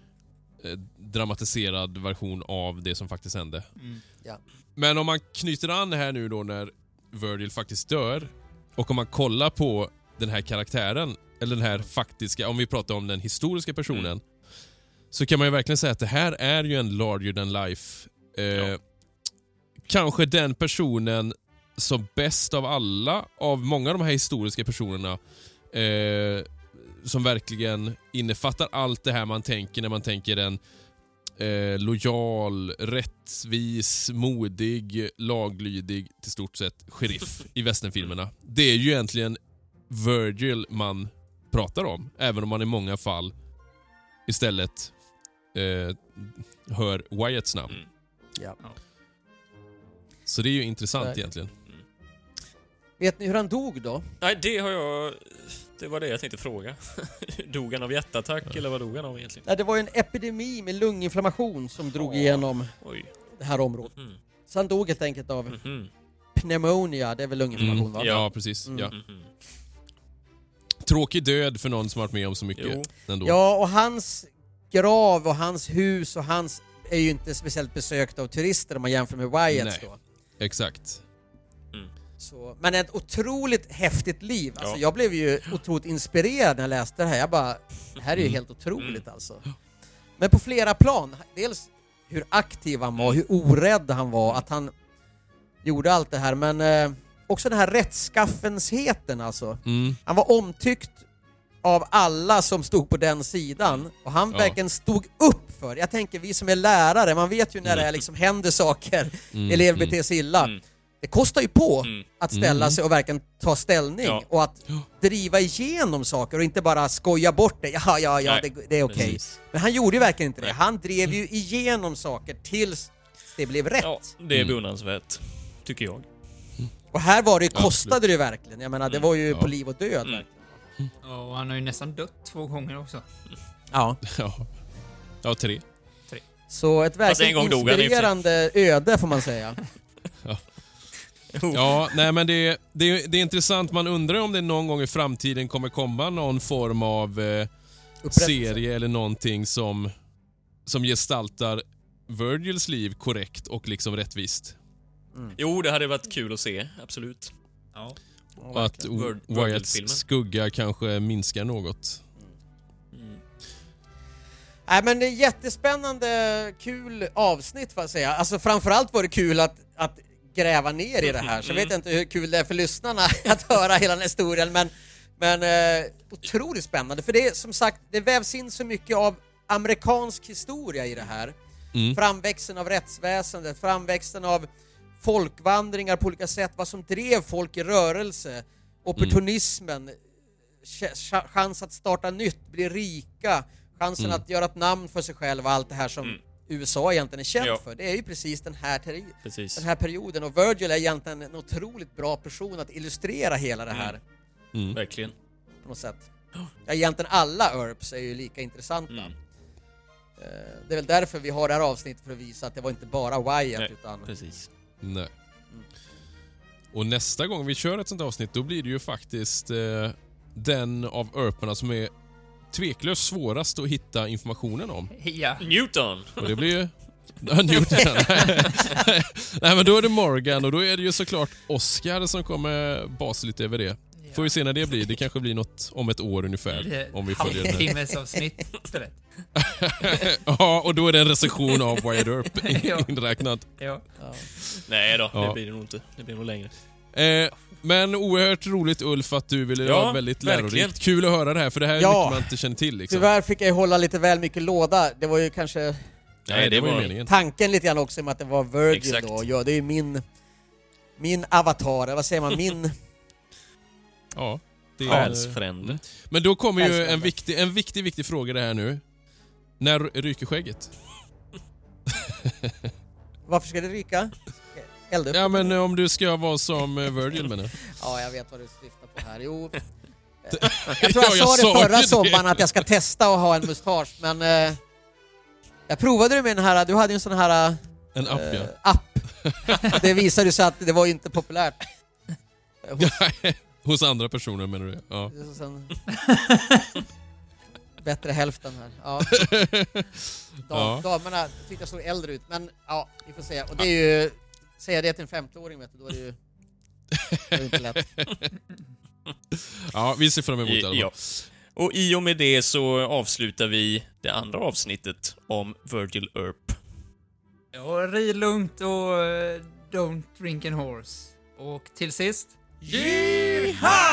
dramatiserad version av det som faktiskt hände. Mm. Ja. Men om man knyter an här nu då när Virgil faktiskt dör, och om man kollar på den här karaktären, eller den här faktiska, om vi pratar om den historiska personen, mm. så kan man ju verkligen säga att det här är ju en larger than life. Eh, ja. Kanske den personen som bäst av alla, av många av de här historiska personerna, eh, som verkligen innefattar allt det här man tänker när man tänker en eh, lojal, rättvis, modig, laglydig, till stort sett sheriff i westernfilmerna. Det är ju egentligen Virgil man pratar om, även om man i många fall istället eh, hör Wyatts namn. Mm. Ja. Så det är ju intressant Nej. egentligen. Mm. Vet ni hur han dog då? Nej, det har jag... Det var det jag tänkte fråga. Dog han av hjärtattack ja. eller vad dog han av egentligen? Nej, det var ju en epidemi med lunginflammation som drog oh. igenom Oj. det här området. Mm. Så han dog helt enkelt av mm-hmm. pneumonia, det är väl lunginflammation mm. va? Ja, precis. Mm. Ja. Mm-hmm. Tråkig död för någon som har varit med om så mycket ändå. Ja, och hans grav och hans hus och hans är ju inte speciellt besökt av turister om man jämför med Wyatts då. Exakt. Mm. Så, men ett otroligt häftigt liv. Alltså, ja. Jag blev ju otroligt inspirerad när jag läste det här. Jag bara, det här är ju helt otroligt mm. alltså. Men på flera plan. Dels hur aktiv han var, hur orädd han var, att han gjorde allt det här. Men eh, också den här rättskaffensheten alltså. Mm. Han var omtyckt av alla som stod på den sidan. Och han Ja. verkligen stod upp för. Jag tänker, vi som är lärare, man vet ju när det är liksom händer saker, Mm, elever mm. beter sig illa. Mm. Det kostar ju på Mm. att ställa Mm. sig och verkligen ta ställning. Ja. Och att driva igenom saker och inte bara skoja bort det. Ja, ja, ja, Nej, det, det är okej. precis. Men han gjorde ju verkligen inte det. Nej. Han drev ju igenom saker tills det blev rätt. Ja, det är Mm. beundransvärt, tycker jag. Och här var det, Ja, kostade det ju verkligen. Jag menar, det var ju Ja. på liv och död. Mm. verkligen. Och han har ju nästan dött två gånger också. Ja. Ja, ja tre. Så ett Fast en verkligen gång dog han i och för sig. inspirerande öde, får man säga. Ja, nej men det, det, det är intressant. Man undrar om det någon gång i framtiden kommer komma någon form av eh, Upprättelse. serie eller någonting som, som gestaltar Virgils liv korrekt och liksom rättvist. Jo, det hade varit kul att se, absolut. Ja. Och att Vir- Wyatts Virgil-filmen. skugga kanske minskar något. Mm. Nej, men det är jättespännande, kul avsnitt, får jag säga. Alltså framförallt var det kul att, att gräva ner i det här. Så jag vet inte hur kul det är för lyssnarna att höra hela den historien, men, men eh, otroligt spännande. För det är som sagt, det vävs in så mycket av amerikansk historia i det här. Mm. Framväxten av rättsväsendet, framväxten av folkvandringar på olika sätt, vad som drev folk i rörelse, opportunismen, ch- ch- chans att starta nytt, bli rika, chansen Mm. att göra ett namn för sig själv och allt det här som Mm. U S A egentligen är känt Ja. för. Det är ju precis den här, teri- Precis. den här perioden, och Virgil är egentligen en otroligt bra person att illustrera hela det här Mm. Verkligen. på något sätt. Ja, egentligen alla Earps är ju lika intressanta. Mm. Eh, Det är väl därför vi har det här avsnittet, för att visa att det var inte bara Wyatt, Nej, utan precis. Nej. Och nästa gång vi kör ett sånt avsnitt, då blir det ju faktiskt eh, den av Earparna som är tveklöst svårast att hitta informationen om. Ja. Newton! Och det blir ju... Ja, Newton. Nej, men då är det Morgan och då är det ju såklart Oscar som kommer basa lite över det. Får vi se när det blir. Det kanske blir något om ett år ungefär. Om vi följer den här. Timmes avsnitt istället. Ja, och då är det en recension av Wyatt Earp Ja. inräknad. Ja. Nej då, Ja. det blir det nog inte. Det blir nog längre. Eh, men oerhört roligt Ulf att du ville Ja, ha väldigt verkligen. lärorikt. Kul att höra det här, för det här är Ja. mycket man inte känner till liksom. tyvärr fick jag ju hålla lite väl mycket låda. Det var ju kanske Nej, det var ju meningen. tanken lite grann också, med att det var Virgil Exakt. då. Ja, det är ju min min avatar, eller vad säger man, min Ja. Det är, Själsfrände. men då kommer ju Själsfrände. en viktig, en viktig, viktig fråga det här nu. När ryker skägget? varför ska det ryka? Elda upp Ja, det? men om du ska vara som eh, Virgil menar jag. Ja, jag vet vad du syftar på här. Jo. Eh, Jag tror jag Ja, sa det jag sa förra ju det. sommaren att jag ska testa att ha en mustasch, men eh, jag provade det med den här, du hade ju en sån här En app, eh, ja. app. Det visade sig att det var ju inte populärt. Eh, hos- Hos andra personer menar du? Ja. sen, bättre hälften här. Ja. Dam, Ja. Damerna tyckte jag såg äldre ut, men ja, vi får se. Och det är ju, säga det till en femtioåring, vet du, då är det ju, då är det inte lätt. Ja, vi ser fram emot det i alla Ja. fall. Och i och med det så avslutar vi det andra avsnittet om Virgil Earp. Ja, rid lugnt och eh, don't drink and horse. Och till sist... Yeehaw!